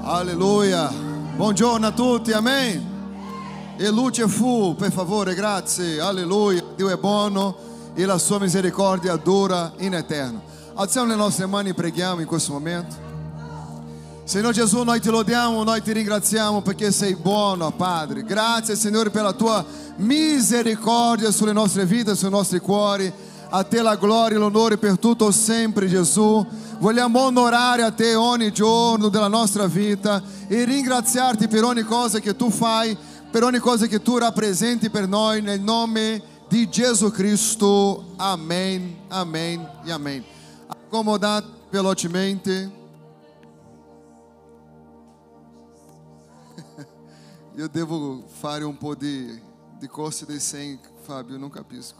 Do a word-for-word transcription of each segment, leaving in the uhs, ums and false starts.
Alleluia. Buongiorno a tutti, amen. E luce fu, per favore, grazie. Alleluia. Dio è buono e la sua misericordia dura in eterno. Alziamo le nostre mani e preghiamo in questo momento. Signore Gesù, noi ti lodiamo, noi ti ringraziamo perché sei buono, Padre. Grazie, Signore, per la tua misericordia sulle nostre vite, sui nostri cuori. A te la gloria e l'onore per tutto sempre, Gesù. Vogliamo onorare a te ogni giorno della nostra vita e ringraziarti per ogni cosa che tu fai, per ogni cosa che tu rappresenti per noi, nel nome di Gesù Cristo. Amen, amen e amen. Accomodate velocemente. Io devo fare un po' di, di corsi dei cem, Fabio, non capisco.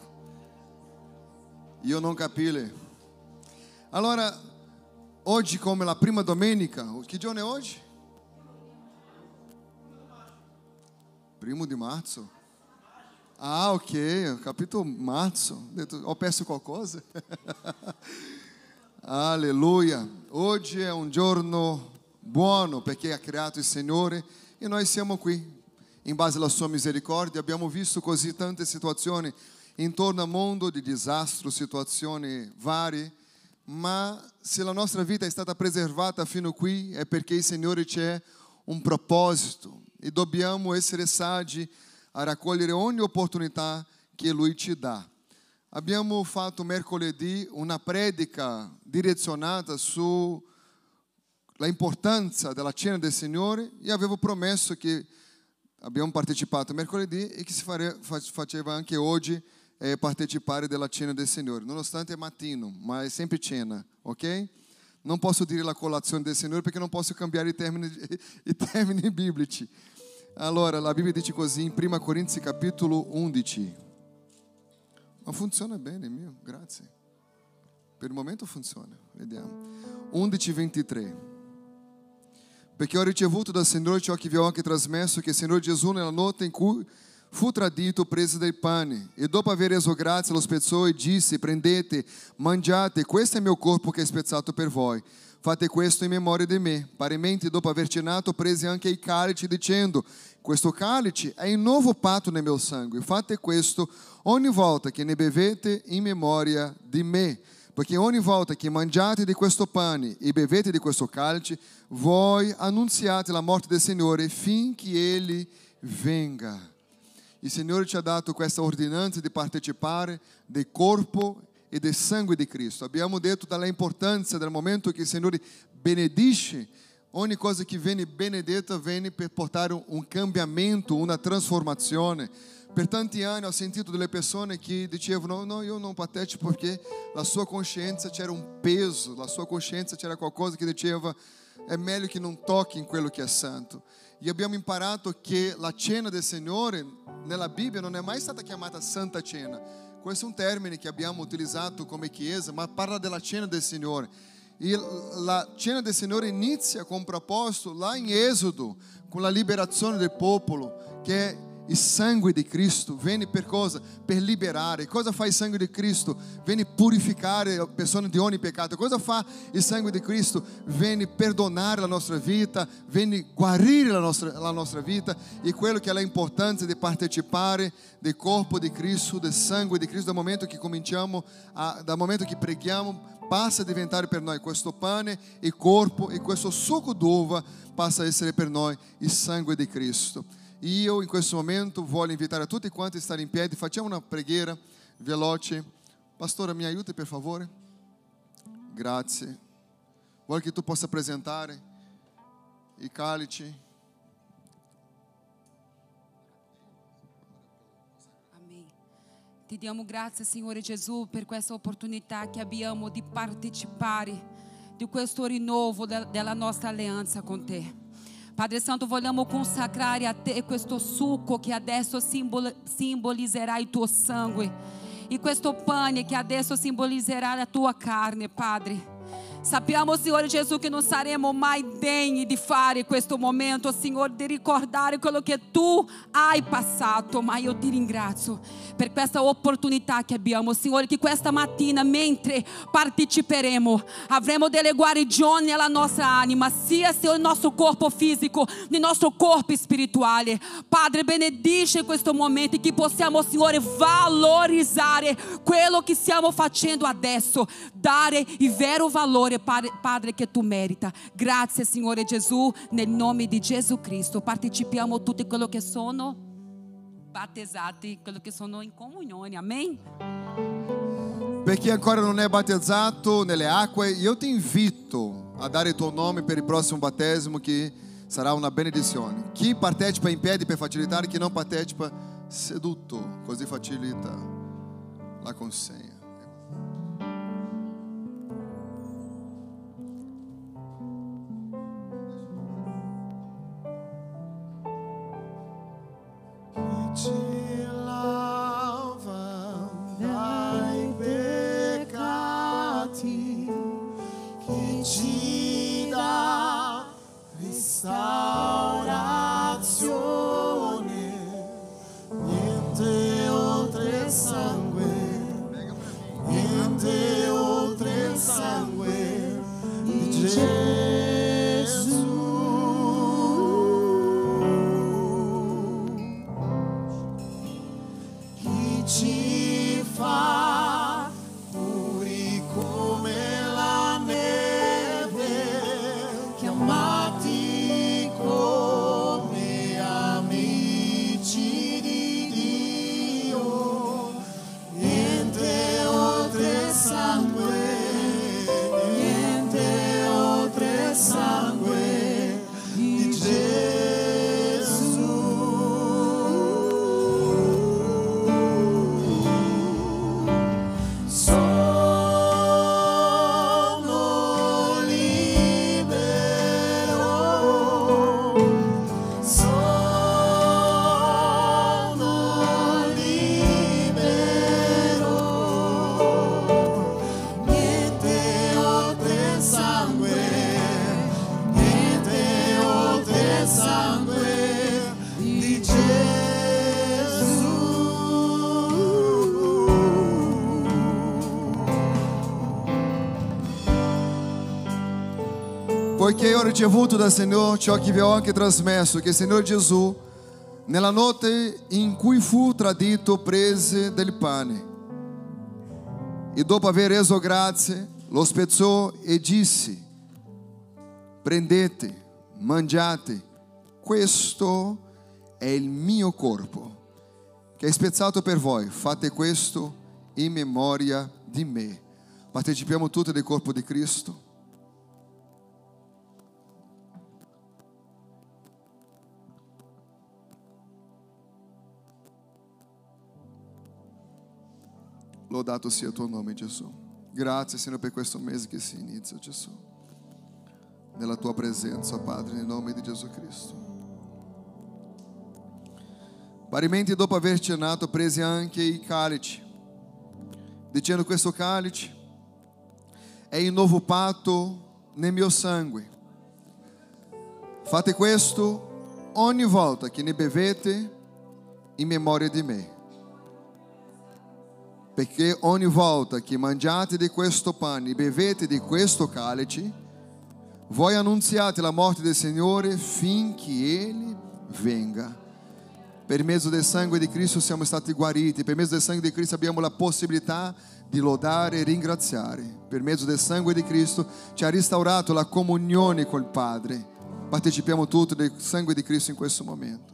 Io non capire. Allora, oggi come la prima domenica, che giorno è oggi? Primo di marzo. Ah, ok, ho capito marzo. Ho perso qualcosa? Alleluia. Oggi è un giorno buono perché ha creato il Signore e noi siamo qui. In base alla sua misericordia abbiamo visto così tante situazioni intorno al mondo di disastro, situazioni varie, ma se la nostra vita è stata preservata fino a qui è perché il Signore c'è un proposito e dobbiamo essere saggi a raccogliere ogni opportunità che Lui ci dà. Abbiamo fatto mercoledì una predica direzionata sulla importanza della cena del Signore e avevo promesso che abbiamo partecipato mercoledì e che si fare, faceva anche oggi eh, partecipare della cena del Signore, nonostante è mattino, ma è sempre cena, ok? Non posso dire la colazione del Signore perché non posso cambiare i termini, i termini biblici. Allora, la Bibbia dice così in prima Corinzi capitolo undici. Ma funziona bene, mio, grazie. Per il momento funziona, vediamo. undici ventitré. Perché ho ricevuto dal Signore ciò che vi ho anche trasmesso, che il Signore Gesù nella notte in cui fu tradito prese del pane e dopo aver reso grazie lo spezzò e disse: prendete, mangiate, questo è il mio corpo che è spezzato per voi, fate questo in memoria di me. Parimenti dopo aver cenato prese anche il calice dicendo: questo calice è il nuovo patto nel mio sangue, fate questo ogni volta che ne bevete in memoria di me. Perché ogni volta che mangiate di questo pane e bevete di questo cálice, voi annunziate la morte del Signore finché Ele venga. Il Signore ci ha dato questa ordinanza di partecipare del corpo e del sangue di Cristo. Abbiamo detto dall'importanza del momento che il Signore benedice, ogni cosa che viene benedetta viene per portare un cambiamento, una trasformazione. Per tanti anni ho sentito delle persone che dicevano: no, no, io non partecipo perché la sua coscienza c'era un peso, la sua coscienza c'era qualcosa che diceva: è meglio che non tocchi in quello che è santo. E abbiamo imparato che la cena del Signore nella Bibbia non è mai stata chiamata Santa Cena. Questo è un termine che abbiamo utilizzato come chiesa, ma parla della cena del Signore. E la cena del Signore inizia con un proposito là in Esodo, con la liberazione del popolo, che è il sangue di Cristo. Viene per cosa? Per liberare. Cosa fa il sangue di Cristo? Viene purificare la persona di ogni peccato. Cosa fa il sangue di Cristo? Viene perdonare la nostra vita, viene guarire la nostra, la nostra vita. E quello che è l'importanza di partecipare del corpo di Cristo, del sangue di Cristo, dal momento che cominciamo, a, dal momento che preghiamo, passa a diventare per noi questo pane e corpo, e questo succo d'uva passa a essere per noi il sangue di Cristo. E io in questo momento voglio invitare tutti quanti a stare in piedi. Facciamo una preghiera veloce. Pastore, mi aiuti per favore? Grazie. Voglio che tu possa presentare i calici. Amém. Ti diamo grazie, Signore Gesù, per questa opportunità che abbiamo di partecipare di questo rinnovo della nostra alleanza con te. Padre Santo, vogliamo consacrare a te questo succo che adesso simbolizzerà il tuo sangue e questo pane che adesso simbolizzerà la tua carne, Padre. Sappiamo, Signore Gesù, che non saremo mai degni di fare questo momento, Signore, di ricordare quello che Tu hai passato, ma io ti ringrazio per questa opportunità che abbiamo, Signore, che questa mattina, mentre parteciperemo, avremo delle guarigioni alla nostra anima, sia nel nostro corpo fisico, nel nostro corpo spirituale. Padre, benedice questo momento e che possiamo, Signore, valorizzare quello che stiamo facendo adesso, dare il vero valore, Padre, che Tu merita. Grazie, Signore Gesù, nel nome di Gesù Cristo. Partecipiamo tutti quello che sono battezzati, quello che sono in comunione. Amen. Per chi ancora non è battezzato nelle acque, io ti invito a dare il tuo nome per il prossimo battesimo, che sarà una benedizione. Chi partecipa in piedi per facilitare, chi non partecipa seduto, così facilita la consegna. Ci lava dai peccati, che ci dà restaurazione, niente oltre il sangue, niente oltre il sangue di Gesù. Ci fa puri come la neve, chiamati come amici di Dio, niente oltre il sangue, niente oltre il sangue di Gesù. Poiché ho ricevuto dal Signore ciò che vi ho anche trasmesso, che il Signore Gesù, nella notte in cui fu tradito, prese del pane e dopo aver reso grazie, lo spezzò e disse: prendete, mangiate, questo è il mio corpo, che è spezzato per voi, fate questo in memoria di me. Partecipiamo tutti del corpo di Cristo. Lodato sia il tuo nome, Gesù. Grazie, Signore, per questo mese che si inizia, Gesù, nella tua presenza, Padre, nel nome di Gesù Cristo. Parimenti, dopo aver cenato, prese anche il calice, dicendo: questo calice è il nuovo patto nel mio sangue. Fate questo ogni volta che ne bevete in memoria di me. Perché ogni volta che mangiate di questo pane e bevete di questo calice, voi annunziate la morte del Signore finché Egli venga. Per mezzo del sangue di Cristo siamo stati guariti, per mezzo del sangue di Cristo abbiamo la possibilità di lodare e ringraziare. Per mezzo del sangue di Cristo ci ha restaurato la comunione col Padre. Partecipiamo tutti del sangue di Cristo in questo momento.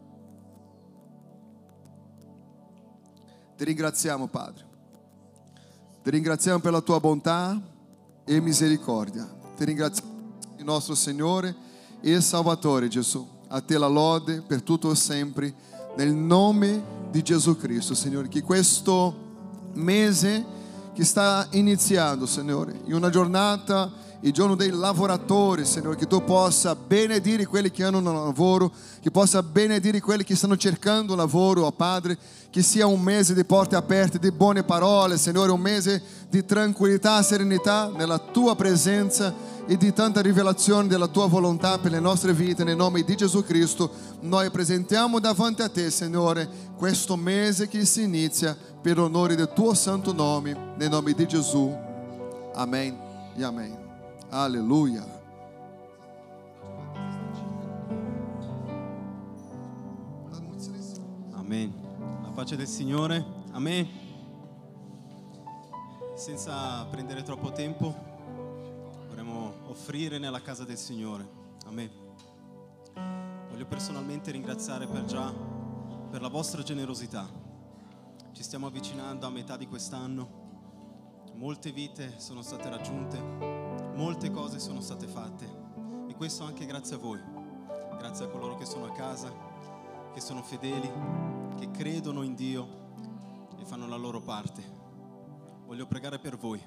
Ti ringraziamo, Padre. Ti ringraziamo per la tua bontà e misericordia. Ti ringraziamo, il nostro Signore e Salvatore Gesù. A te la lode per tutto e sempre, nel nome di Gesù Cristo, Signore. Che questo mese che che sta iniziando, Signore, in una giornata, il giorno dei lavoratori, Signore, che Tu possa benedire quelli che hanno un lavoro, che possa benedire quelli che stanno cercando un lavoro, oh Padre, che sia un mese di porte aperte, di buone parole, Signore, un mese di tranquillità, serenità nella Tua presenza e di tanta rivelazione della Tua volontà per le nostre vite. Nel nome di Gesù Cristo noi presentiamo davanti a Te, Signore, questo mese che si inizia per l'onore del Tuo santo nome, nel nome di Gesù. Amen e amen. Alleluia. Amen. La pace del Signore. Amen. Senza prendere troppo tempo, vorremmo offrire nella casa del Signore. Amen. Voglio personalmente ringraziare per già per la vostra generosità. Ci stiamo avvicinando a metà di quest'anno. Molte vite sono state raggiunte, molte cose sono state fatte, e questo anche grazie a voi, grazie a coloro che sono a casa, che sono fedeli, che credono in Dio e fanno la loro parte. Voglio pregare per voi.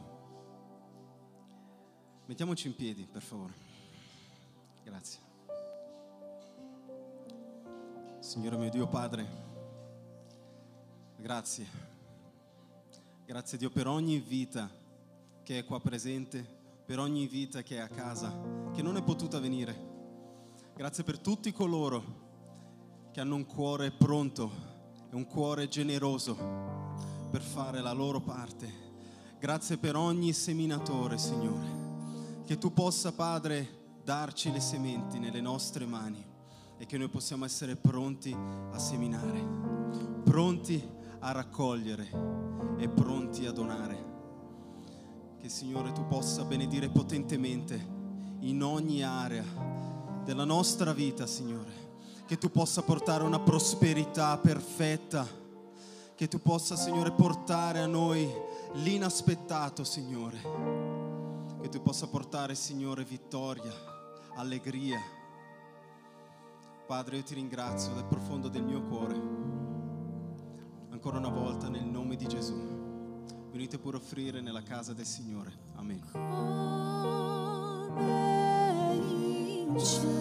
Mettiamoci in piedi, per favore. Grazie. Signore mio Dio Padre, grazie. Grazie Dio per ogni vita che è qua presente, per ogni vita che è a casa, che non è potuta venire. Grazie per tutti coloro che hanno un cuore pronto e un cuore generoso per fare la loro parte. Grazie per ogni seminatore, Signore, che Tu possa, Padre, darci le sementi nelle nostre mani e che noi possiamo essere pronti a seminare, pronti a raccogliere e pronti a donare. Che, Signore, Tu possa benedire potentemente in ogni area della nostra vita, Signore. Che Tu possa portare una prosperità perfetta. Che Tu possa, Signore, portare a noi l'inaspettato, Signore. Che Tu possa portare, Signore, vittoria, allegria. Padre, io Ti ringrazio dal profondo del mio cuore. Ancora una volta, nel nome di Gesù, venite pure a offrire nella casa del Signore. Amen. Come in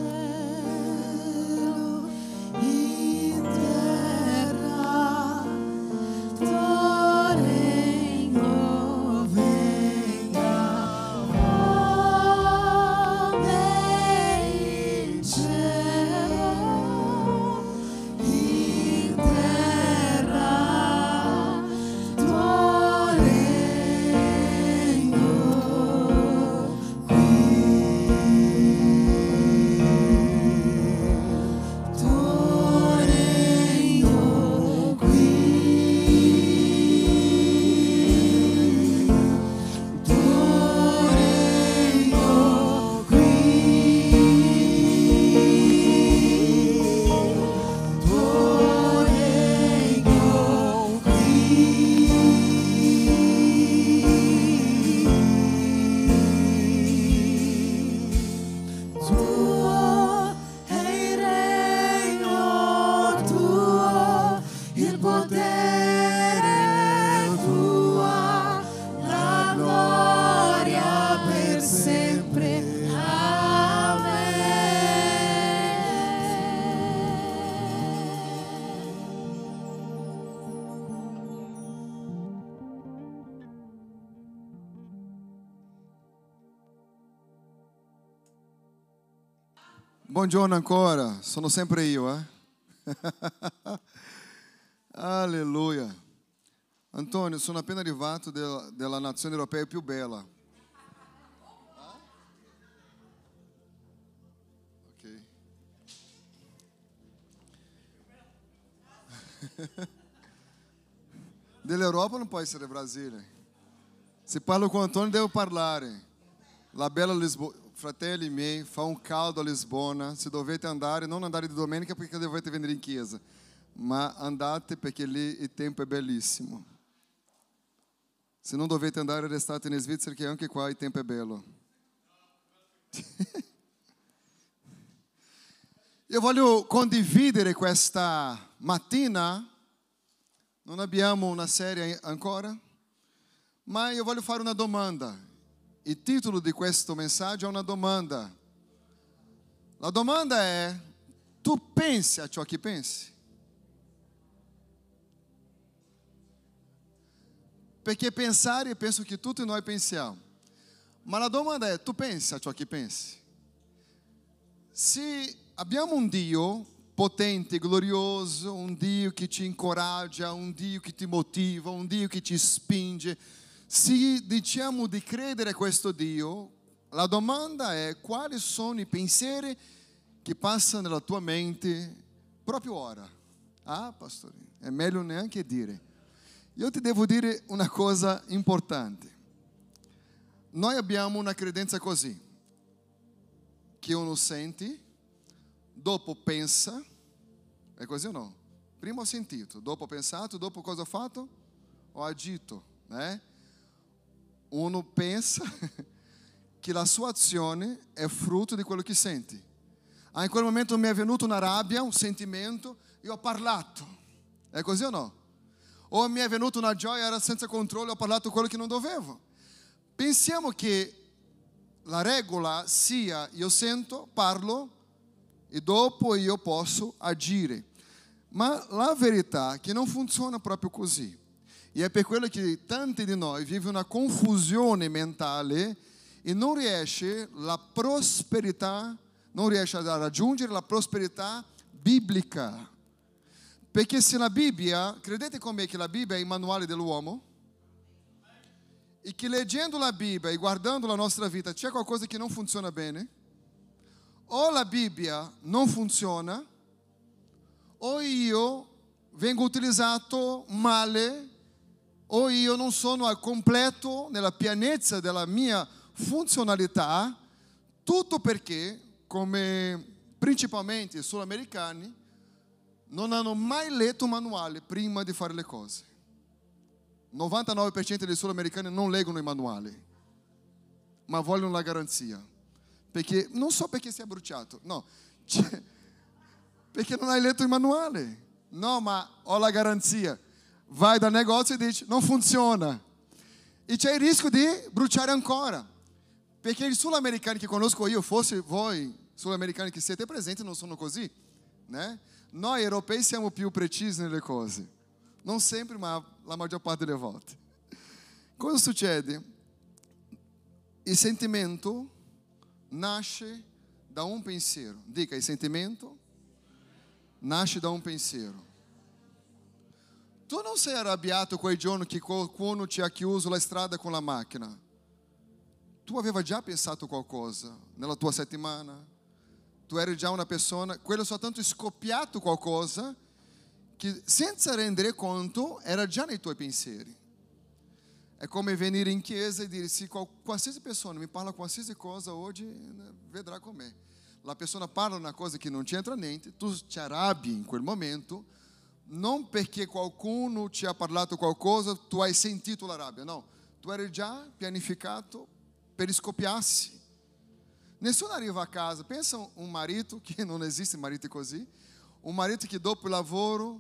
cielo, in terra, tuo regno venga. Come in cielo, in terra, tuo regno qui. Tuo regno qui. Tuo regno qui. Tuo regno qui. Tuo è il regno, tuo il potere, tua la gloria per sempre. Buongiorno ancora, sono sempre io, eh? Alleluia. Antonio, sono appena arrivato della, della nazione europea più bella. Ok. Dell'Europa non può essere Brasile. Se parlo con Antonio devo parlare. La bella Lisbona, fratelli miei, fa un caldo a Lisbona. Se dovete andare, non andare di domenica perché dovete venire in chiesa, ma andate perché lì il tempo è bellissimo. Se non dovete andare, restate in Svizzera che anche qua il tempo è bello. Io voglio condividere questa mattina, non abbiamo una serie ancora, Ma io voglio fare una domanda. Il titolo di questo messaggio è una domanda. La domanda è: tu pensi a ciò che pensi? Perché pensare, penso che tutti noi pensiamo. Ma la domanda è: tu pensi a ciò che pensi? Se abbiamo un Dio potente, glorioso, un Dio che ti incoraggia, un Dio che ti motiva, un Dio che ti spinge, se diciamo di credere a questo Dio, la domanda è: quali sono i pensieri che passano nella tua mente proprio ora? Ah, pastore, è meglio neanche dire. Io ti devo dire una cosa importante. Noi abbiamo una credenza così, che uno sente, dopo pensa, è così o no? Prima ho sentito, dopo ho pensato, dopo cosa ho fatto? Ho agito, né? Uno pensa che la sua azione è frutto di quello che sente. Ah, in quel momento mi è venuto una rabbia, un sentimento, io ho parlato, è così o no? O mi è venuta una gioia, era senza controllo, ho parlato quello che non dovevo. Pensiamo che la regola sia: io sento, parlo e dopo io posso agire. Ma la verità è che non funziona proprio così. E è per quello che tanti di noi vivono una confusione mentale e non riesce la prosperità, non riesce a raggiungere la prosperità biblica. Perché se la Bibbia, credete con me che la Bibbia è il manuale dell'uomo? E che leggendo la Bibbia e guardando la nostra vita c'è qualcosa che non funziona bene? O la Bibbia non funziona, o io vengo utilizzato male, o io non sono al completo nella pienezza della mia funzionalità, tutto perché, come principalmente i sudamericani, non hanno mai letto un manuale prima di fare le cose. novantanove per cento dei sudamericani non leggono i manuali, ma vogliono la garanzia. Perché non so perché si è bruciato, no, perché non hai letto il manuale. No, ma ho la garanzia. Vai dal negozio e dici: non funziona. E c'è il rischio di bruciare ancora. Perché i sudamericani che conosco io, forse voi sudamericani che siete presenti, non sono così, né? Noi europei siamo più precisi nelle cose. Non sempre, ma la maggior parte delle volte. Cosa succede? Il sentimento nasce da un pensiero. Dica: il sentimento nasce da un pensiero. Tu non sei arrabbiato quel giorno che qualcuno ti ha chiuso la strada con la macchina. Tu aveva già pensato qualcosa nella tua settimana. Tu eri già una persona, quello soltanto è scoppiato qualcosa che senza rendere conto era già nei tuoi pensieri. È come venire in chiesa e dire: se qualsiasi persona mi parla qualsiasi cosa oggi, vedrà com'è. La persona parla una cosa che non c'entra niente, tu ti arrabbi in quel momento, non perché qualcuno ti ha parlato qualcosa, tu hai sentito la rabbia, no, tu eri già pianificato per scoppiarsi. Nessuno arriva a casa, pensa un marito, che non esiste marito così, un marito che dopo il lavoro,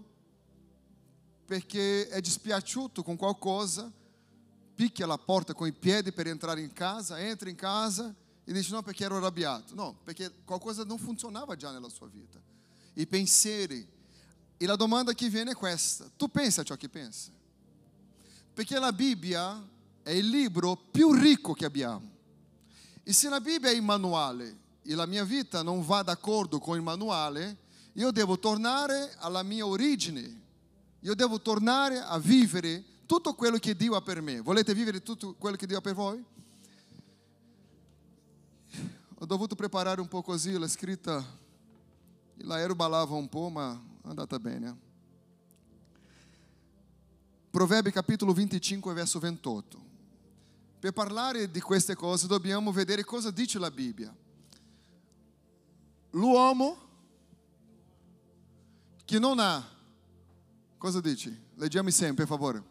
perché è dispiaciuto con qualcosa, picchia la porta con i piedi per entrare in casa, entra in casa e dice: no, perché ero arrabbiato. No, perché qualcosa non funzionava già nella sua vita. I pensieri. E la domanda che viene è questa: tu pensi a ciò che pensi? Perché la Bibbia è il libro più ricco che abbiamo. E se la Bibbia è il manuale e la mia vita non va d'accordo con il manuale, io devo tornare alla mia origine. Io devo tornare a vivere tutto quello che Dio ha per me. Volete vivere tutto quello che Dio ha per voi? Ho dovuto preparare un po' così la scritta. L'aereo ballava un po', ma è andata bene. Proverbi capitolo venticinque, verso ventotto. Per parlare di queste cose dobbiamo vedere cosa dice la Bibbia. L'uomo che non ha, cosa dice? Leggiamo insieme, per favore.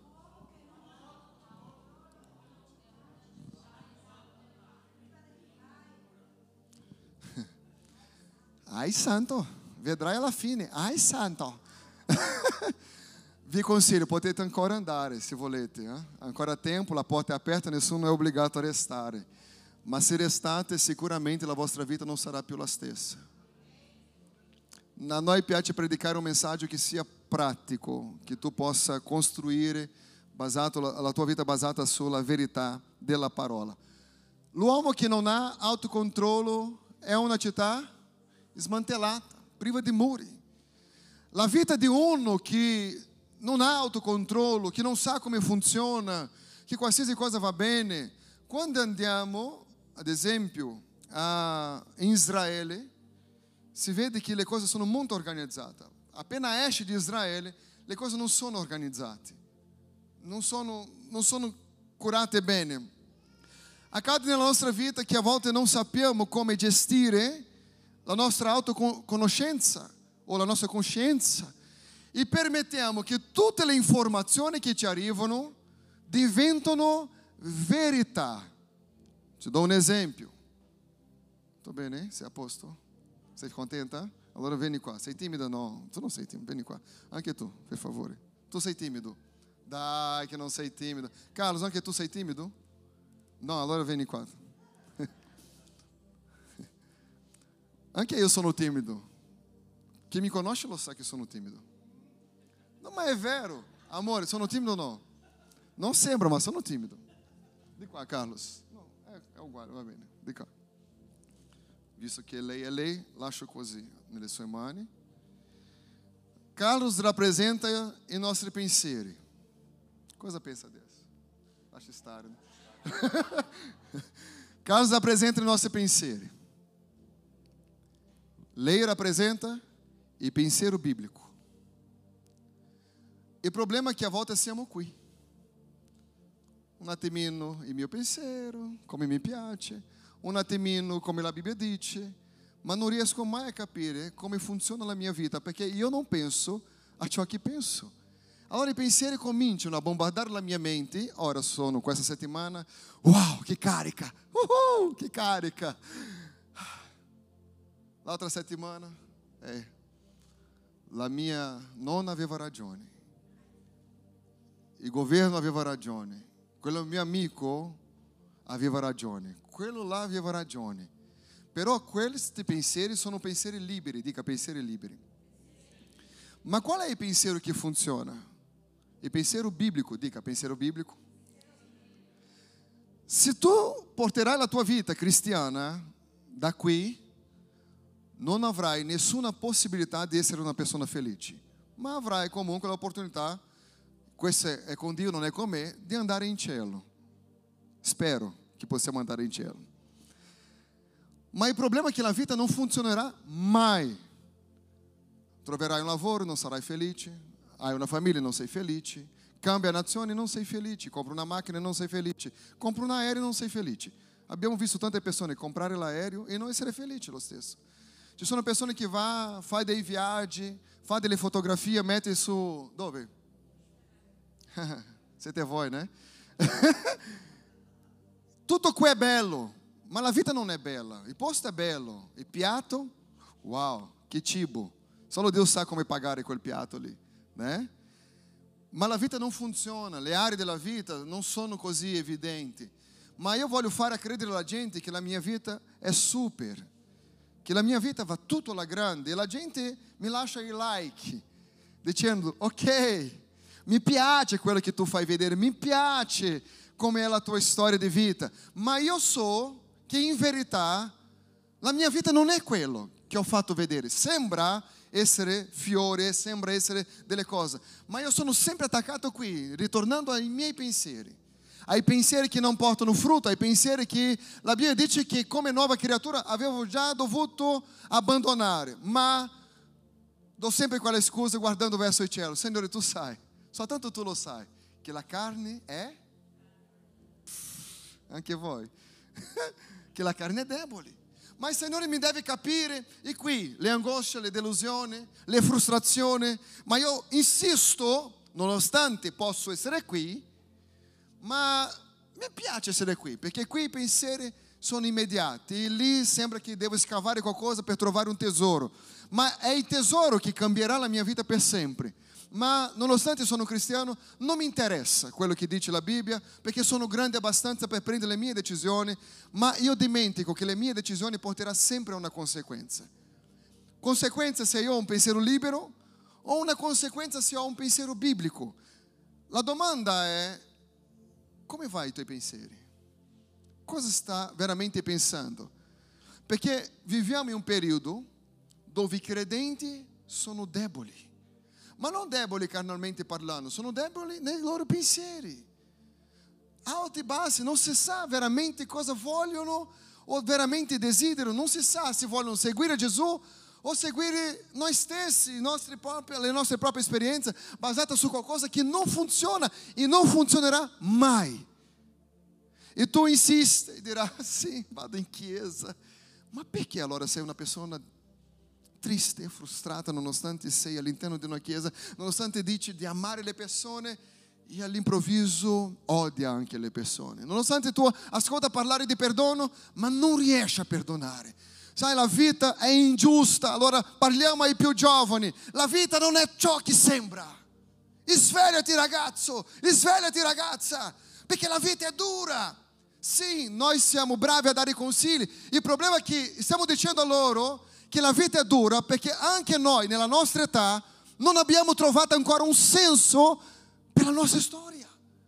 Ai santo, vedrai alla fine. Ai santo. vi consiglio, potete ancora andare se volete, eh? Ancora tempo, la porta è aperta, nessuno è obbligato a restare. Ma se restate, sicuramente la vostra vita non sarà più la stessa. A noi piace predicare un messaggio che sia pratico, che tu possa costruire basato, la tua vita basata sulla verità della parola. L'uomo che non ha autocontrollo è una città smantellata, priva di muri. La vita di uno che non ha autocontrollo, che non sa come funziona, che qualsiasi cosa va bene. Quando andiamo, ad esempio, a, in Israele, si vede che le cose sono molto organizzate. Appena esci di Israele, le cose non sono organizzate, non sono, non sono curate bene. Accade nella nostra vita che a volte non sappiamo come gestire la nostra autoconoscenza o la nostra coscienza e permettiamo che tutte le informazioni che ci arrivano diventano verità. Ti do un esempio. Tutto bene? Sei a posto? Sei contenta? Allora vieni qua. Sei timido? No, tu non sei timido. Vieni qua. Anche tu, per favore. Tu sei timido? Dai, che non sei timido. Carlos, anche tu sei timido? No, allora vieni qua. Anche io sono timido. Chi mi conosce lo sa che sono timido. No, ma è vero. Amore, sono timido o no? Non sembra, ma sono timido. Di qua, Carlos. No, è, è uguale, va bene. Di qua. Visto che lei è lei, lascio così nelle sue mani. Carlos rappresenta i nostri pensieri. Cosa pensa adesso? Lascia stare. Carlos rappresenta i nostri pensieri. Lei rappresenta il pensiero biblico. Il problema è che a volte siamo qui. Un attimino il mio pensiero, come mi piace, un attimino come la Bibbia dice, ma non riesco mai a capire come funziona la mia vita, perché io non penso a ciò che penso. Allora i pensieri cominciano a bombardare la mia mente. Ora sono questa settimana, wow, che carica, uh-huh, che carica. L'altra settimana, eh, la mia nonna aveva ragione, il governo aveva ragione, quello mio amico aveva ragione, quello là aveva ragione. Però questi pensieri sono pensieri liberi, dica pensieri liberi. Ma qual è il pensiero che funziona? Il pensiero biblico, dica pensiero biblico. Se tu porterai la tua vita cristiana da qui, non avrai nessuna possibilità di essere una persona felice, ma avrai comunque l'opportunità, questo è con Dio, non è con me, di andare in cielo. Spero che possiamo andare in cielo. Ma il problema è che la vita non funzionerà mai. Troverai un lavoro, non sarai felice. Hai una famiglia, non sei felice. Cambia nazione, non sei felice. Compra una macchina, non sei felice. Compra un aereo, non sei felice. Abbiamo visto tante persone comprare l'aereo e non essere felici lo stesso. Ci sono persone che va, fa dei viaggi, fa delle fotografie, mette su... Dove? Siete voi, né? Tutto qui è bello, ma la vita non è bella. Il posto è bello, il piatto, wow, che cibo. Solo Dio sa come pagare quel piatto lì, né? Ma la vita non funziona, le aree della vita non sono così evidenti. Ma io voglio fare credere alla gente che la mia vita è super, che la mia vita va tutto alla grande e la gente mi lascia i like dicendo ok, mi piace quello che tu fai vedere, mi piace come è la tua storia di vita, ma io so che in verità la mia vita non è quello che ho fatto vedere. Sembra essere fiore, sembra essere delle cose, ma io sono sempre attaccato qui, ritornando ai miei pensieri, ai pensieri che non portano frutto, ai pensieri che la Bibbia dice che come nuova creatura avevo già dovuto abbandonare, ma do sempre quella scusa guardando verso il cielo. Signore, tu sai, soltanto tu lo sai, che la carne è, anche voi, che la carne è debole. Ma il Signore mi deve capire, e qui le angosce, le delusioni, le frustrazioni, ma io insisto, nonostante posso essere qui, ma mi piace essere qui, perché qui i pensieri sono immediati e lì sembra che devo scavare qualcosa per trovare un tesoro, ma è il tesoro che cambierà la mia vita per sempre. Ma nonostante sono cristiano non mi interessa quello che dice la Bibbia, perché sono grande abbastanza per prendere le mie decisioni, ma io dimentico che le mie decisioni porteranno sempre a una conseguenza. Conseguenza se io ho un pensiero libero o una conseguenza se ho un pensiero biblico. La domanda è: come vai i tuoi pensieri? Cosa sta veramente pensando? Perché viviamo in un periodo dove i credenti sono deboli, ma non deboli carnalmente parlando, sono deboli nei loro pensieri. Alti e bassi, non si sa veramente cosa vogliono o veramente desiderano, non si sa se vogliono seguire Gesù o seguire noi stessi, nostri propri, le nostre proprie esperienze basate su qualcosa che non funziona e non funzionerà mai. E tu insisti e dirà: sì, vado in chiesa. Ma perché allora sei una persona triste e frustrata nonostante sei all'interno di una chiesa, nonostante dici di amare le persone e all'improvviso odia anche le persone, nonostante tu ascolta parlare di perdono ma non riesci a perdonare? Sai, la vita è ingiusta. Allora parliamo ai più giovani: la vita non è ciò che sembra. Svegliati ragazzo, svegliati ragazza, perché la vita è dura. Sì, noi siamo bravi a dare consigli, il problema è che stiamo dicendo a loro che la vita è dura perché anche noi nella nostra età non abbiamo trovato ancora un senso per la nostra storia.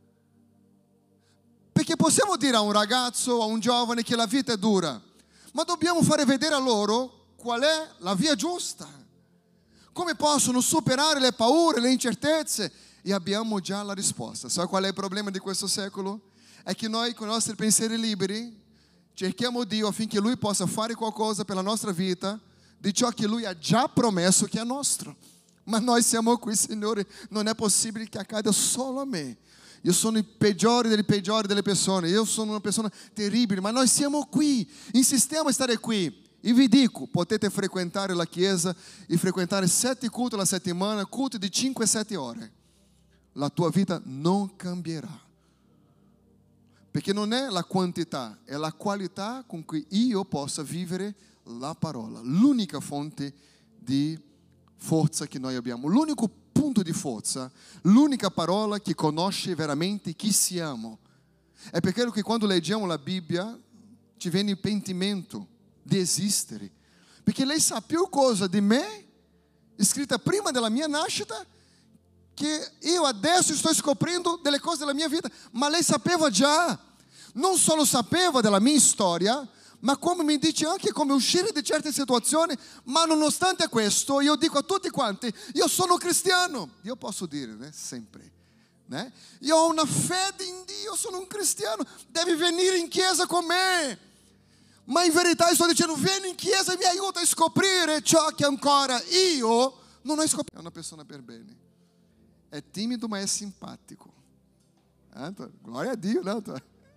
Perché possiamo dire a un ragazzo, a un giovane che la vita è dura, ma dobbiamo fare vedere a loro qual è la via giusta, come possono superare le paure, le incertezze, e abbiamo già la risposta. Sai qual è il problema di questo secolo? È che noi con i nostri pensieri liberi cerchiamo Dio affinché Lui possa fare qualcosa per la nostra vita di ciò che Lui ha già promesso che è nostro. Ma noi siamo qui: Signore, non è possibile che accada solo a me. Io sono il peggiore dei peggiori delle persone, io sono una persona terribile, ma noi siamo qui, insistiamo a stare qui. E vi dico, potete frequentare la chiesa e frequentare sette culti alla settimana, culti di cinque sette ore. La tua vita non cambierà. Perché non è la quantità, è la qualità con cui io possa vivere la parola. L'unica fonte di forza che noi abbiamo, l'unico punto di forza, l'unica parola che conosce veramente chi siamo. È per quello che quando leggiamo la Bibbia ci viene il pentimento di esistere. Perché lei sa più cosa di me, scritta prima della mia nascita, che io adesso sto scoprendo delle cose della mia vita, ma lei sapeva già. Non solo sapeva della mia storia, ma come mi dice anche come uscire da certe situazioni. Ma nonostante questo io dico a tutti quanti: io sono cristiano. Io posso dire, né? Sempre, né? Io ho una fede in Dio, sono un cristiano, devi venire in chiesa con me. Ma in verità sto dicendo: vieni in chiesa e mi aiuta a scoprire ciò che ancora io non ho scoperto. È una persona per bene, è timido ma è simpatico. Glória a Dio, né?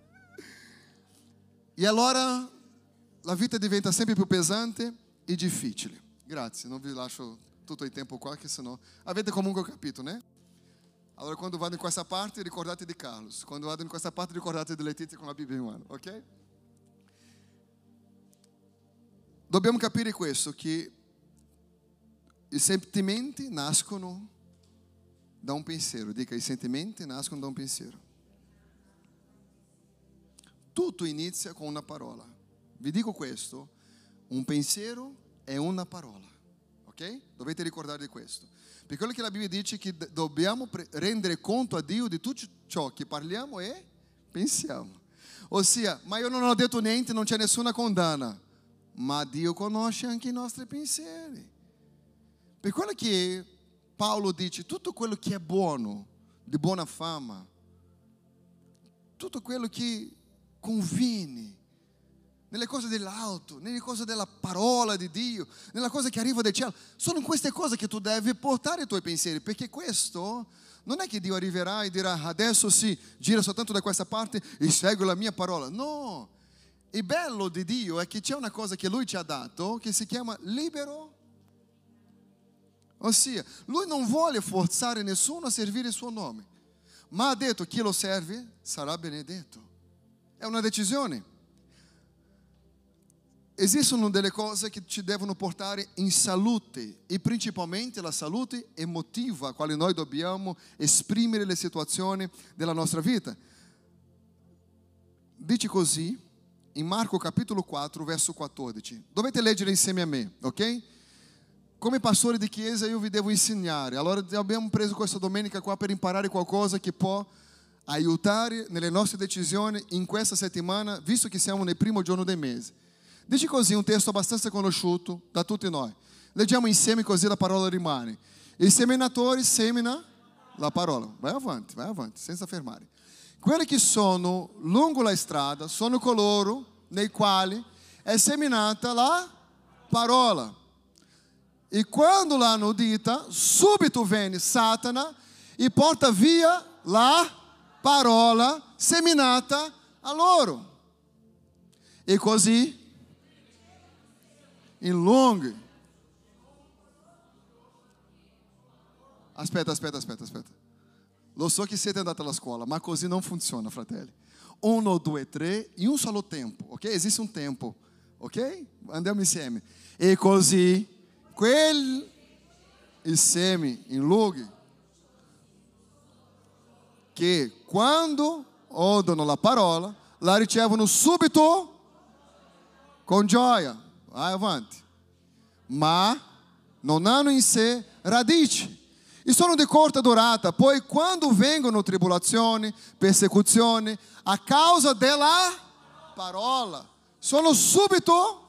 E allora la vita diventa sempre più pesante e difficile. Grazie, non vi lascio tutto il tempo qua, che sennò avete comunque capito, né? Allora quando vado in questa parte ricordate di Carlos, quando vado in questa parte ricordate di Letizia con la Bibbia in mano, ok? Dobbiamo capire questo, che i sentimenti nascono da un pensiero. Dica: i sentimenti nascono da un pensiero. Tutto inizia con una parola. Vi dico questo: un pensiero è una parola, ok? Dovete ricordare di questo. Per quello che la Bibbia dice che dobbiamo rendere conto a Dio di tutto ciò che parliamo e pensiamo. Ossia, ma io non ho detto niente, non c'è nessuna condanna. Ma Dio conosce anche i nostri pensieri. Per quello che Paolo dice: tutto quello che è buono, di buona fama, tutto quello che conviene, nelle cose dell'alto, nelle cose della parola di Dio, nella cosa che arriva dal cielo, sono queste cose che tu devi portare ai tuoi pensieri, perché questo non è che Dio arriverà e dirà: adesso sì, gira soltanto da questa parte e segui la mia parola. No, il bello di Dio è che c'è una cosa che Lui ci ha dato che si chiama libero. Ossia, Lui non vuole forzare nessuno a servire il suo nome, ma ha detto: chi lo serve sarà benedetto. È una decisione. esistono delle cose che ci devono portare in salute e principalmente la salute emotiva, a quale noi dobbiamo esprimere le situazioni della nostra vita. Dice così in Marco capitolo quattro, verso quattordici. Dovete leggere insieme a me, ok? Come pastore di chiesa io vi devo insegnare. Allora abbiamo preso questa domenica qua per imparare qualcosa che può aiutare nelle nostre decisioni in questa settimana, visto che siamo nel primo giorno del mese. Dice così un testo abbastanza conosciuto da tutti noi. Leggiamo insieme così la parola rimane. Il seminatore semina la parola. Vai avanti, vai avanti, senza fermare. Quelli che sono lungo la strada sono coloro nei quali è seminata la parola. E quando l'hanno udita, subito viene Satana e porta via la parola seminata a loro. E così in lunghi. Aspetta, aspetta, aspetta, aspetta. Lo so che siete andati alla scuola, ma così non funziona, fratelli. Uno, due, tre, in un solo tempo, ok? Esiste un tempo, ok? Andiamo insieme. E così, quel, il seme in luoghi che quando odono la parola, la ricevono subito con gioia. Vai avanti. Ma non hanno in sé radici e sono di corta durata, poi quando vengono tribolazioni, persecuzioni, a causa della parola, sono subito.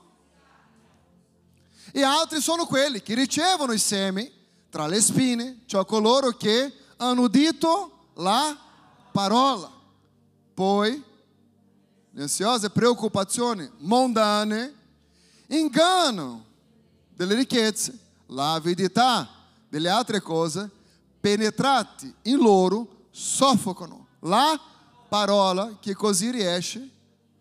E altri sono quelli che ricevono i semi tra le spine, cioè coloro che hanno udito la parola. Poi, le ansiose preoccupazioni mondane ingannano delle ricchezze, l'avidità delle altre cose, penetrati in loro, soffocano la parola che così riesce.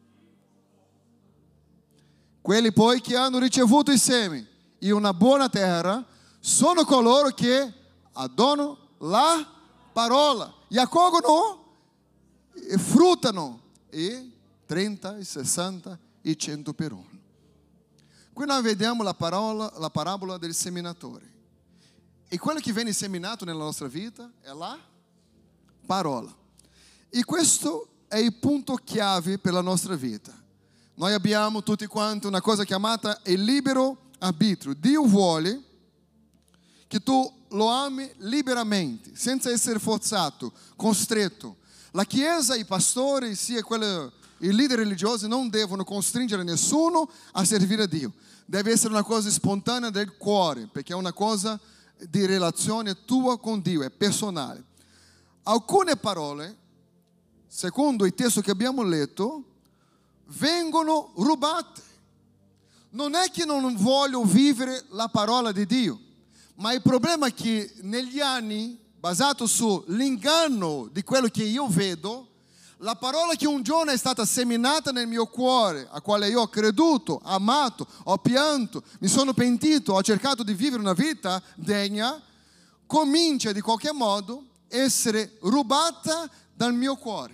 Quelli poi che hanno ricevuto i semi in una buona terra sono coloro che adorano la parola e accolgono e fruttano e trenta, e sessanta e cento per uno. Qui noi vediamo la, parola, la parabola del seminatore. E quello che viene seminato nella nostra vita è la parola. E questo è il punto chiave per la nostra vita. Noi abbiamo tutti quanti una cosa chiamata il libero arbitrio. Dio vuole che tu lo ami liberamente, senza essere forzato, costretto. La Chiesa, i pastori, sia quelli, i leader religiosi non devono costringere nessuno a servire a Dio. Deve essere una cosa spontanea del cuore, perché è una cosa di relazione tua con Dio, è personale. Alcune parole, secondo il testo che abbiamo letto, vengono rubate. Non è che non voglio vivere la parola di Dio, ma il problema è che negli anni, basato sull'inganno di quello che io vedo, la parola che un giorno è stata seminata nel mio cuore, a quale io ho creduto, amato, ho pianto, mi sono pentito, ho cercato di vivere una vita degna, comincia di qualche modo a essere rubata dal mio cuore.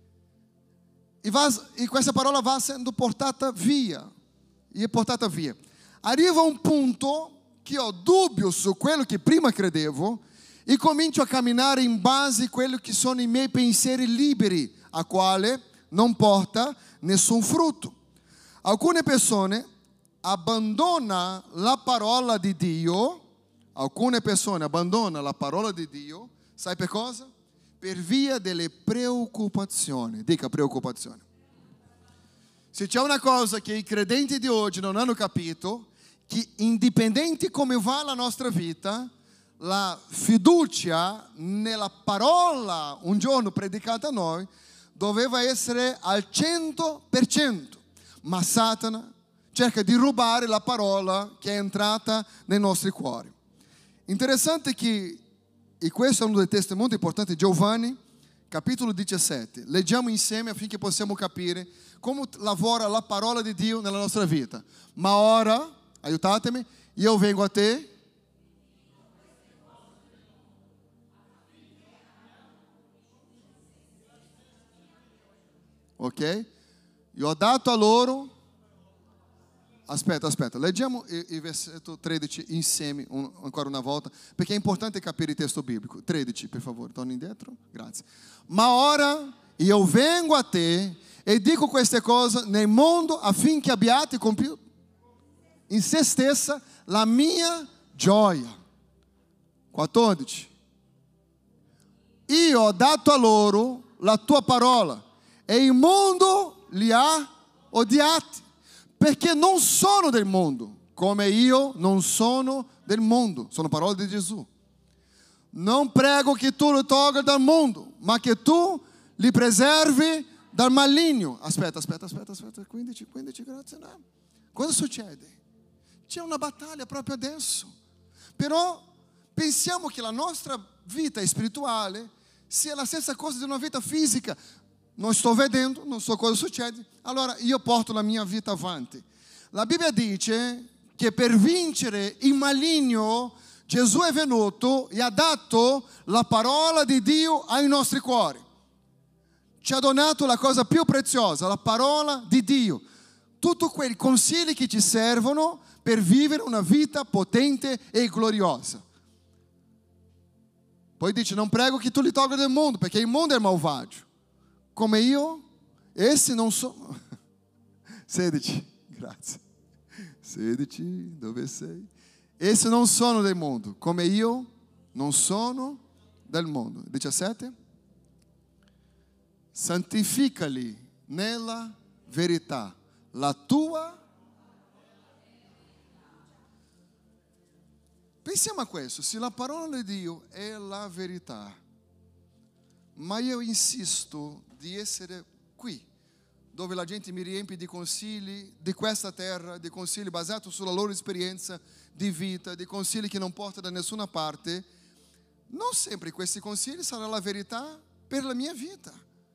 E, va, e questa parola va essendo portata via, e è portata via. Arriva un punto che ho dubbio su quello che prima credevo e comincio a camminare in base a quelli che sono i miei pensieri liberi, a quale non porta nessun frutto. Alcune persone abbandonano la parola di Dio, alcune persone abbandonano la parola di Dio, sai per cosa? Per via delle preoccupazioni. Dica preoccupazione. Se c'è una cosa che i credenti di oggi non hanno capito, che indipendente come va la nostra vita, la fiducia nella parola un giorno predicata a noi doveva essere al cento per cento, ma Satana cerca di rubare la parola che è entrata nei nostri cuori. Interessante che, e questo è uno dei testimoni importanti, Giovanni, capitolo diciassette. Leggiamo insieme affinché possiamo capire come lavora la parola di Dio nella nostra vita. Ma ora, aiutatemi, io vengo a te. Ok? Io ho dato a loro aspetta, aspetta, leggiamo il, il versetto tredici insieme un, ancora una volta, perché è importante capire il testo biblico. tredici, per favore, torni indietro, grazie. Ma ora io vengo a te e dico queste cose nel mondo affinché abbiate compiuto in se stessa la mia gioia. quattordici. Io ho dato a loro la tua parola e il mondo li ha odiati, perché non sono del mondo, come io non sono del mondo. Sono parole di Gesù. Non prego che tu li tolga dal mondo, ma che tu li preservi dal maligno. Aspetta, aspetta, aspetta, aspetta, quindici, quindici, grazie. No. Cosa succede? C'è una battaglia proprio adesso. Però pensiamo che la nostra vita spirituale sia la stessa cosa di una vita fisica. Non sto vedendo, non so cosa succede, allora io porto la mia vita avanti. La Bibbia dice che per vincere il maligno Gesù è venuto e ha dato la parola di Dio ai nostri cuori. Ci ha donato la cosa più preziosa, la parola di Dio. Tutti quei consigli che ci servono per vivere una vita potente e gloriosa. Poi dice, non prego che tu li tolga del mondo, perché il mondo è malvagio. Come io, essi non sono. sedici, grazie. sedici, dove sei? Essi non sono del mondo, come io non sono del mondo. diciassette. Santificali nella verità. La tua. Pensiamo a questo, se la parola di Dio è la verità, ma io insisto di essere qui, dove la gente mi riempie di consigli di questa terra, di consigli basati sulla loro esperienza di vita, di consigli che non portano da nessuna parte, non sempre questi consigli saranno la verità per la mia vita.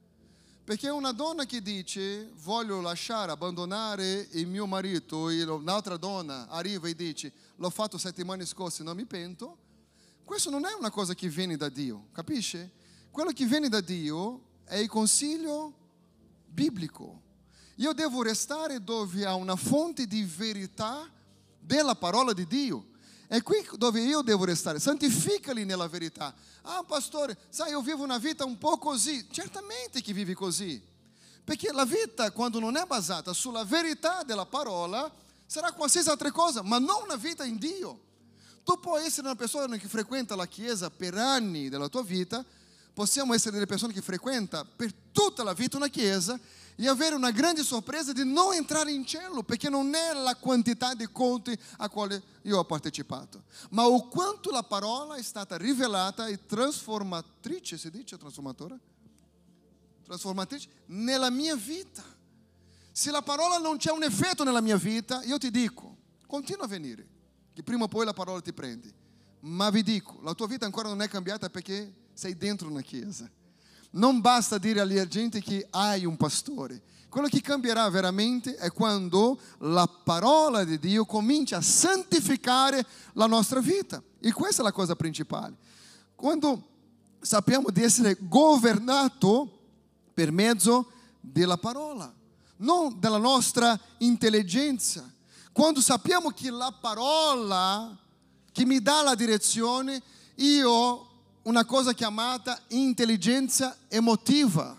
Perché una donna che dice voglio lasciare, abbandonare il mio marito, e un'altra donna arriva e dice l'ho fatto settimane scorse e non mi pento, questo non è una cosa che viene da Dio, capisce? Quello che viene da Dio è il consiglio biblico. Io devo restare dove ha una fonte di verità della parola di Dio. È qui dove io devo restare. Santificali nella verità. Ah, pastore, sai, io vivo una vita un po' così. Certamente che vivi così. Perché la vita, quando non è basata sulla verità della parola, sarà qualsiasi altra cosa, ma non una vita in Dio. Tu puoi essere una persona che frequenta la chiesa per anni della tua vita, possiamo essere delle persone che frequentano per tutta la vita una chiesa e avere una grande sorpresa di non entrare in cielo, perché non è la quantità di conti a quale io ho partecipato, ma o quanto la parola è stata rivelata e trasformatrice, si dice trasformatore? Trasformatrice nella mia vita. Se la parola non c'è un effetto nella mia vita, io ti dico, continua a venire, che prima o poi la parola ti prende. Ma vi dico, la tua vita ancora non è cambiata perché sei dentro una chiesa. Non basta dire alla gente che hai un pastore. Quello che cambierà veramente è quando la parola di Dio comincia a santificare la nostra vita. E questa è la cosa principale. Quando sappiamo di essere governato per mezzo della parola, non della nostra intelligenza. Quando sappiamo che la parola che mi dà la direzione, io ho una cosa chiamata intelligenza emotiva.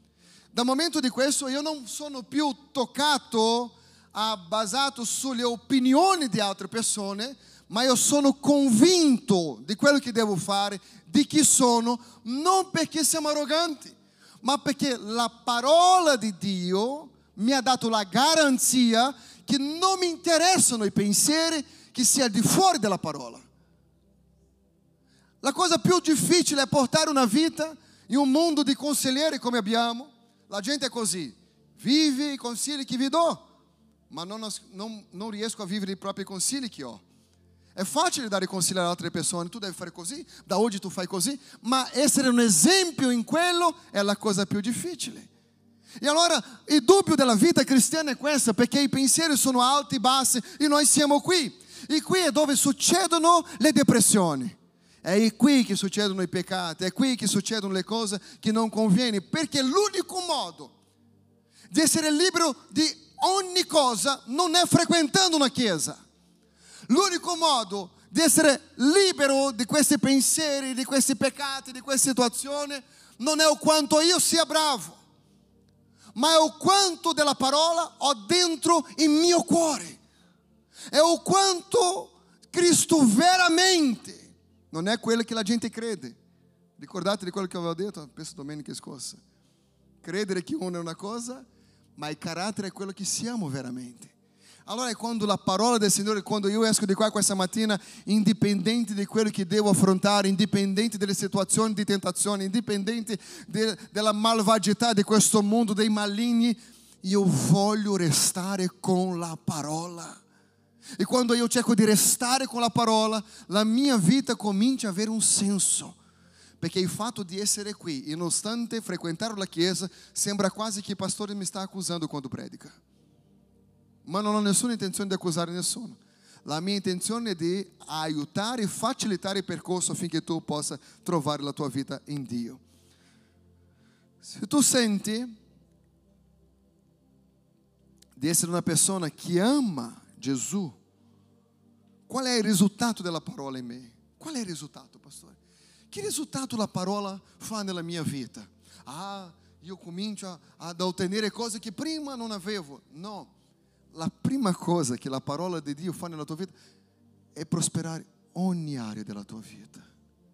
Dal momento di questo io non sono più toccato, a, basato sulle opinioni di altre persone, ma io sono convinto di quello che devo fare, di chi sono, non perché siamo arroganti, ma perché la parola di Dio mi ha dato la garanzia che non mi interessano i pensieri che sia di fuori della parola. La cosa più difficile è portare una vita in un mondo di consiglieri come abbiamo. La gente è così, vive i consigli che vi do, ma non, non, non riesco a vivere i propri consigli che ho. È facile dare consigli ad altre persone, tu devi fare così, da oggi tu fai così, ma essere un esempio in quello è la cosa più difficile. E allora il dubbio della vita cristiana è questo, perché i pensieri sono alti e bassi e noi siamo qui. E qui è dove succedono le depressioni. È qui che succedono i peccati, è qui che succedono le cose che non conviene, perché l'unico modo di essere libero di ogni cosa non è frequentando una chiesa. L'unico modo di essere libero di questi pensieri, di questi peccati, di queste situazioni, non è o quanto io sia bravo, ma è o quanto della parola ho dentro il mio cuore. È o quanto Cristo veramente, non è quello che la gente crede. Ricordate di quello che avevo detto, penso domenica scorsa. Credere che uno è una cosa, ma il carattere è quello che siamo veramente. Allora è quando la parola del Signore, quando io esco di qua questa mattina, indipendente di quello che devo affrontare, indipendente delle situazioni di tentazione, indipendente de, della malvagità di questo mondo, dei maligni, io voglio restare con la parola. E quando io cerco di restare con la parola, la mia vita comincia a avere un senso. Perché il fatto di essere qui, e nonostante frequentare la chiesa, sembra quasi che il pastore mi sta accusando quando predica. Ma non ho nessuna intenzione di accusare nessuno. La mia intenzione è di aiutare e facilitare il percorso affinché tu possa trovare la tua vita in Dio. Se tu senti di essere una persona che ama Gesù, qual è il risultato della parola in me? Qual è il risultato, pastore? Che risultato la parola fa nella mia vita? Ah, io comincio ad ottenere cose che prima non avevo. No, la prima cosa che la parola di Dio fa nella tua vita è prosperare ogni area della tua vita.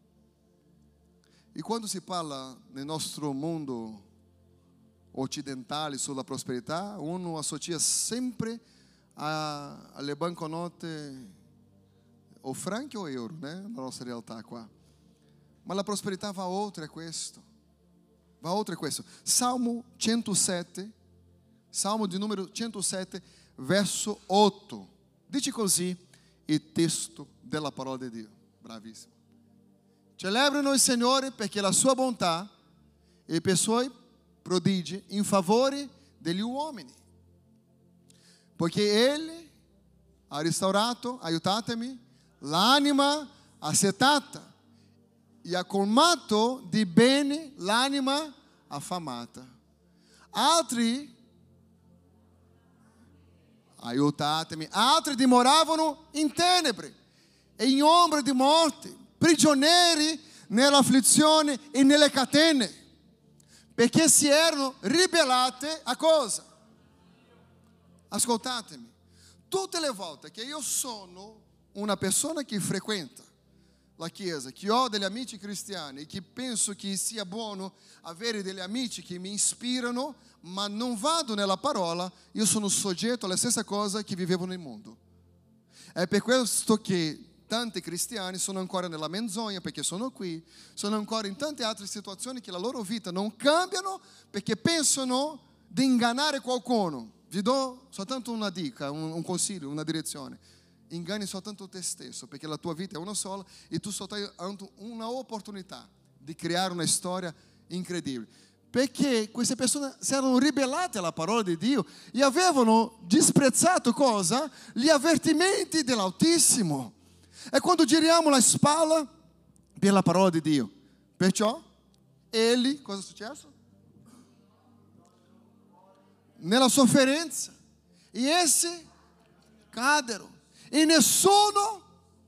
E quando si parla nel nostro mondo occidentale sulla prosperità, uno associa sempre a, alle banconote o franchi o euro, né? Nella nostra realtà qua. Ma la prosperità va oltre questo. Va oltre questo. Salmo centosette, Salmo di numero centosette, verso otto. Dice così il testo della parola di Dio. Bravissimo. Celebrano il Signore perché la sua bontà e per i suoi prodigi in favore degli uomini. Poiché Egli ha restaurato, aiutatemi, l'anima assetata e ha colmato di bene l'anima affamata. Altri, aiutatemi, altri dimoravano in tenebre e in ombra di morte, prigionieri nell'afflizione e nelle catene, perché si erano ribellate a cosa? Ascoltatemi, tutte le volte che io sono una persona che frequenta la chiesa, che ho degli amici cristiani e che penso che sia buono avere degli amici che mi ispirano, ma non vado nella parola, io sono soggetto alla stessa cosa che vivevo nel mondo. È per questo che tanti cristiani sono ancora nella menzogna, perché sono qui, sono ancora in tante altre situazioni che la loro vita non cambiano perché pensano di ingannare qualcuno. Vi do soltanto una dica, un, un consiglio, una direzione. Inganni soltanto te stesso, perché la tua vita è una sola e tu soltanto hai una opportunità di creare una storia incredibile. Perché queste persone si erano ribellate alla parola di Dio e avevano disprezzato cosa? Gli avvertimenti dell'Altissimo. E quando giriamo la spalla per la parola di Dio, perciò Egli, cosa è successo? Nella sofferenza, e essi cadero. E nessuno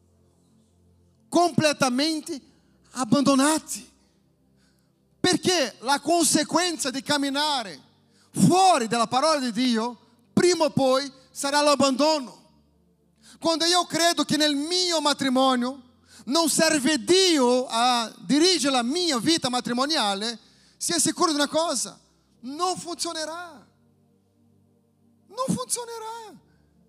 completamente abbandonati. Perché la conseguenza di camminare fuori dalla parola di Dio, prima o poi sarà l'abbandono. Quando io credo che nel mio matrimonio non serve Dio a dirigere la mia vita matrimoniale, sia sicuro di una cosa, non funzionerà. Non funzionerà.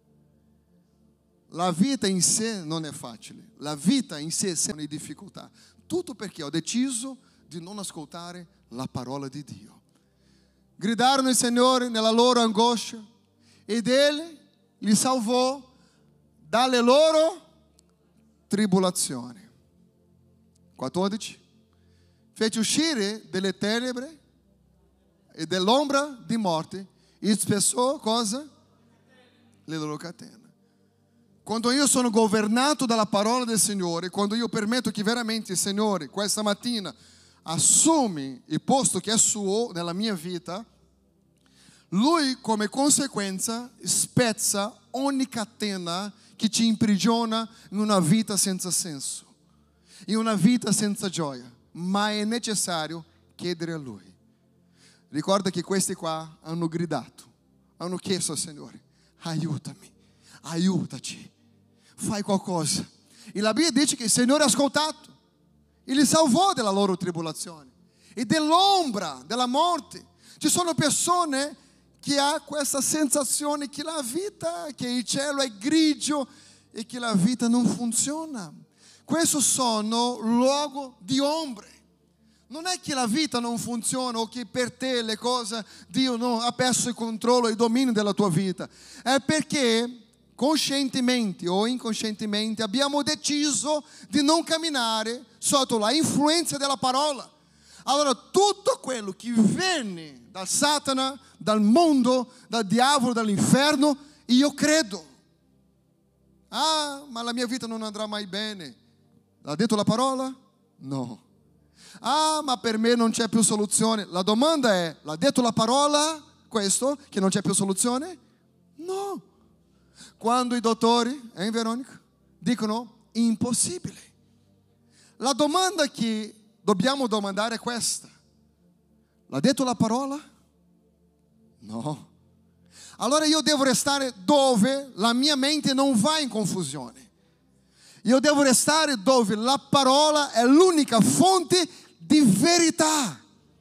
La vita in sé non è facile, la vita in sé è sempre in difficoltà. Tutto perché ho deciso di non ascoltare la parola di Dio. Gridarono il Signore nella loro angoscia ed Egli li salvò dalle loro tribolazioni. quattordici. Fece uscire delle tenebre e dell'ombra di morte e spezzò cosa? Le loro catene. Quando io sono governato dalla parola del Signore, quando io permetto che veramente il Signore questa mattina assumi il posto che è suo nella mia vita, Lui, come conseguenza, spezza ogni catena che ti imprigiona in una vita senza senso, in una vita senza gioia. Ma è necessario chiedere a Lui. Ricorda che questi qua hanno gridato, hanno chiesto al Signore: aiutami, aiutaci, fai qualcosa. E la Bibbia dice che il Signore ha ascoltato e li salvò dalla loro tribolazione e dell'ombra della morte. Ci sono persone che hanno questa sensazione che la vita, che il cielo è grigio e che la vita non funziona. Questi sono luoghi di ombre. Non è che la vita non funziona o che per te le cose, Dio non ha perso il controllo e il dominio della tua vita. È perché conscientemente o inconscientemente abbiamo deciso di non camminare sotto la influenza della parola. Allora tutto quello che viene da Satana, dal mondo, dal diavolo, dall'inferno, io credo. Ah, ma la mia vita non andrà mai bene. L'ha detto la parola? No. Ah, ma per me non c'è più soluzione. La domanda è: l'ha detto la parola questo, che non c'è più soluzione? No. Quando i dottori, eh Veronica, dicono impossibile. La domanda che dobbiamo domandare è questa: l'ha detto la parola? No. Allora io devo restare dove la mia mente non va in confusione. Io devo restare dove la parola è l'unica fonte di verità.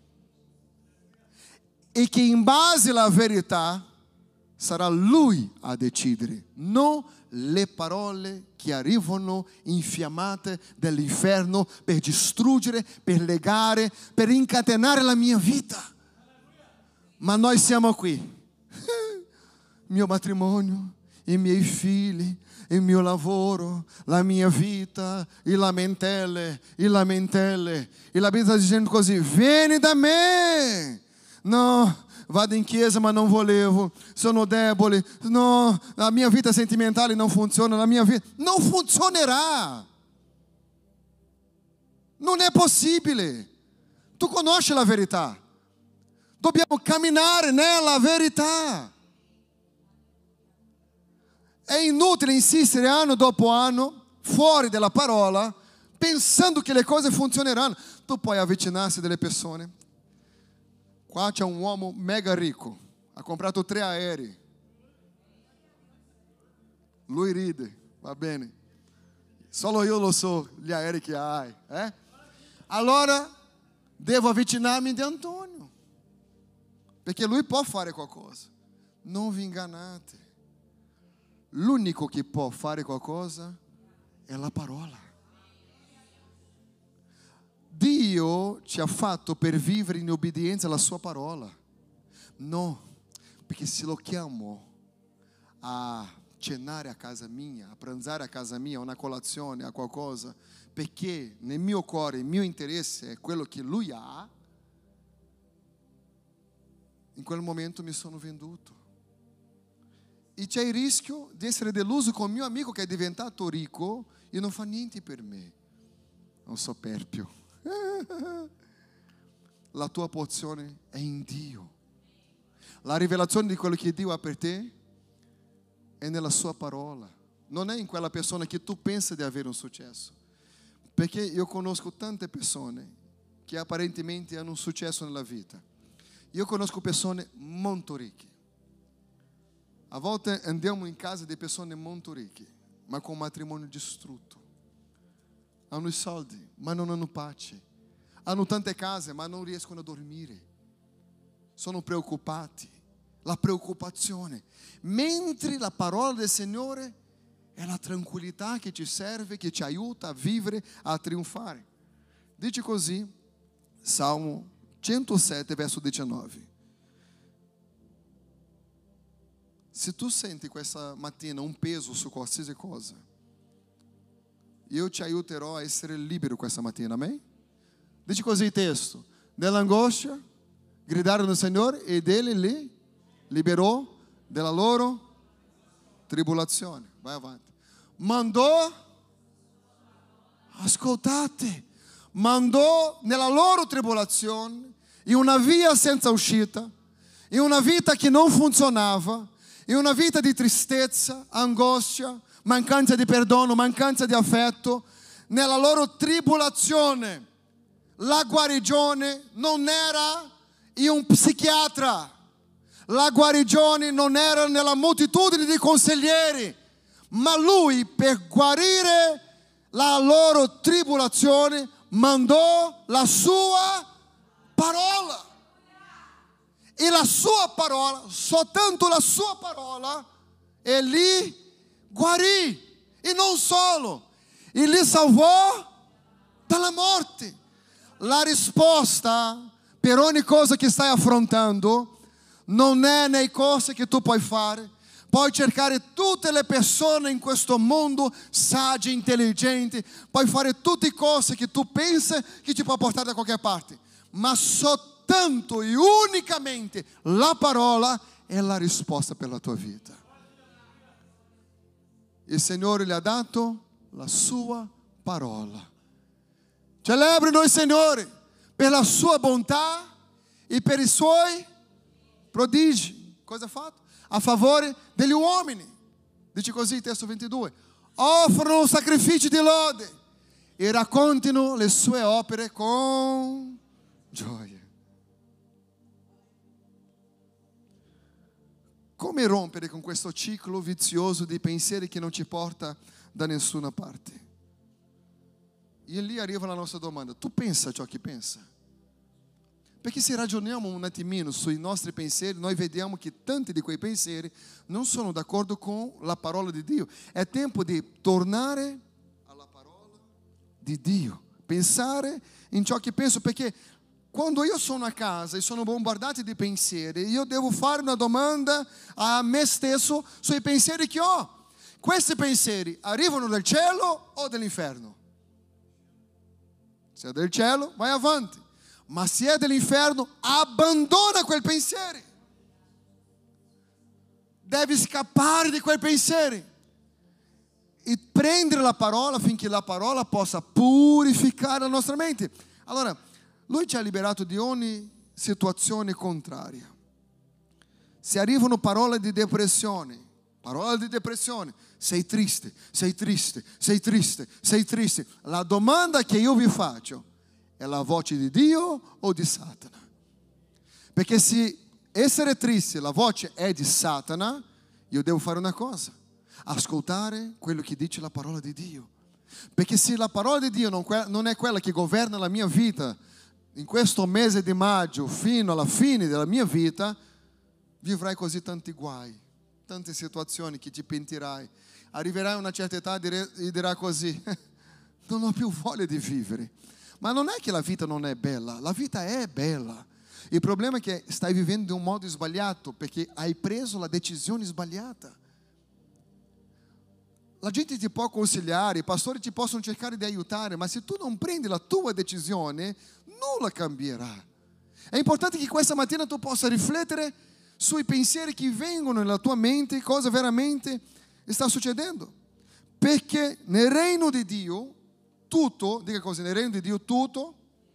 E che in base alla verità sarà Lui a decidere, non le parole che arrivano infiammate dall'inferno per distruggere, per legare, per incatenare la mia vita. Ma noi siamo qui. Mio matrimonio, i miei figli, il mio lavoro, la mia vita, i lamentele, i lamentele. E la Bibbia sta dicendo così: vieni da me. No, vado in chiesa ma non volevo, sono debole, no, la mia vita sentimentale non funziona, la mia vita non funzionerà. Non è possibile. Tu conosci la verità. Dobbiamo camminare nella verità. È inutile insistere anno dopo anno fuori dalla parola pensando che le cose funzioneranno. Tu puoi avvicinarsi delle persone. Qua c'è un uomo mega ricco, ha comprato tre aerei. Lui ride, va bene. Solo io lo so gli aerei che hai. Eh? Allora devo avvicinarmi di Antonio, perché lui può fare qualcosa. Non vi ingannate. L'unico che può fare qualcosa è la parola. Dio ci ha fatto per vivere in obbedienza alla sua parola. No, perché se lo chiamo a cenare a casa mia, a pranzare a casa mia, a una colazione, a qualcosa, perché nel mio cuore il mio interesse è quello che lui ha, in quel momento mi sono venduto. E c'è il rischio di essere deluso con il mio amico che è diventato ricco e non fa niente per me. È un superbio. La tua porzione è in Dio. La rivelazione di quello che Dio ha per te è nella sua parola. Non è in quella persona che tu pensi di avere un successo. Perché io conosco tante persone che apparentemente hanno un successo nella vita. Io conosco persone molto ricche. A volte andiamo in casa di persone molto ricche, ma con un matrimonio distrutto. Hanno i soldi, ma non hanno pace. Hanno tante case, ma non riescono a dormire. Sono preoccupati. La preoccupazione. Mentre la parola del Signore è la tranquillità che ci serve, che ci aiuta a vivere, a trionfare. Dice così, Salmo centosette, verso diciannove. Se tu senti questa mattina un peso su qualsiasi cosa, io ti aiuterò a essere libero questa mattina, amém? Dice così il testo: nell'angoscia gridarono al Signore ed Egli li liberò dalla loro tribolazione. Vai avanti. Mandò, ascoltate, mandò nella loro tribolazione in una via senza uscita, in una vita che non funzionava, in una vita di tristezza, angoscia, mancanza di perdono, mancanza di affetto, nella loro tribolazione, la guarigione non era in un psichiatra, la guarigione non era nella moltitudine di consiglieri, ma lui per guarire la loro tribolazione mandò la sua parola. E la sua parola, soltanto la sua parola, e li guarì. E non solo, e li salvò dalla morte. La risposta per ogni cosa che stai affrontando non è nei cose che tu puoi fare. Puoi cercare tutte le persone in questo mondo sagge, intelligenti, puoi fare tutte le cose che tu pensi che ti può portare da qualche parte, ma soltanto e unicamente la parola è la risposta per la tua vita. Il Signore gli ha dato la sua parola. Celebrino il Signore per la sua bontà e per i suoi prodigi. Cosa ha fatto? A favore degli uomini. Dice così il testo ventidue. Offrono sacrifici di lode e raccontano le sue opere con gioia. Come rompere con questo ciclo vizioso di pensieri che non ci porta da nessuna parte? E lì arriva la nostra domanda. Tu pensa ciò che pensa? Perché se ragioniamo un attimino sui nostri pensieri, noi vediamo che tanti di quei pensieri non sono d'accordo con la parola di Dio. È tempo di tornare alla parola di Dio, pensare in ciò che penso, perché quando io sono a casa e sono bombardato di pensieri, io devo fare una domanda a me stesso sui pensieri che ho. Questi pensieri arrivano dal cielo o dall'inferno? Se è del cielo, vai avanti. Ma se è dell'inferno, abbandona quel pensiero. Devi scappare di quei pensieri e prendere la parola affinché la parola possa purificare la nostra mente. Allora, Lui ci ha liberato di ogni situazione contraria. Se arrivano parole di depressione, parole di depressione, sei triste, sei triste, sei triste, sei triste. La domanda che io vi faccio: è la voce di Dio o di Satana? Perché se essere triste la voce è di Satana, io devo fare una cosa: ascoltare quello che dice la parola di Dio. Perché se la parola di Dio non è quella che governa la mia vita in questo mese di maggio fino alla fine della mia vita, vivrai così tanti guai, tante situazioni che ti pentirai. Arriverai a una certa età e dirai così: non ho più voglia di vivere. Ma non è che la vita non è bella, la vita è bella. Il problema è che stai vivendo in un modo sbagliato perché hai preso la decisione sbagliata. La gente ti può consigliare, i pastori ti possono cercare di aiutare, ma se tu non prendi la tua decisione, nulla cambierà. È importante che questa mattina tu possa riflettere sui pensieri che vengono nella tua mente, cosa veramente sta succedendo. Perché nel regno di Dio tutto, dica così, nel regno di Dio tutto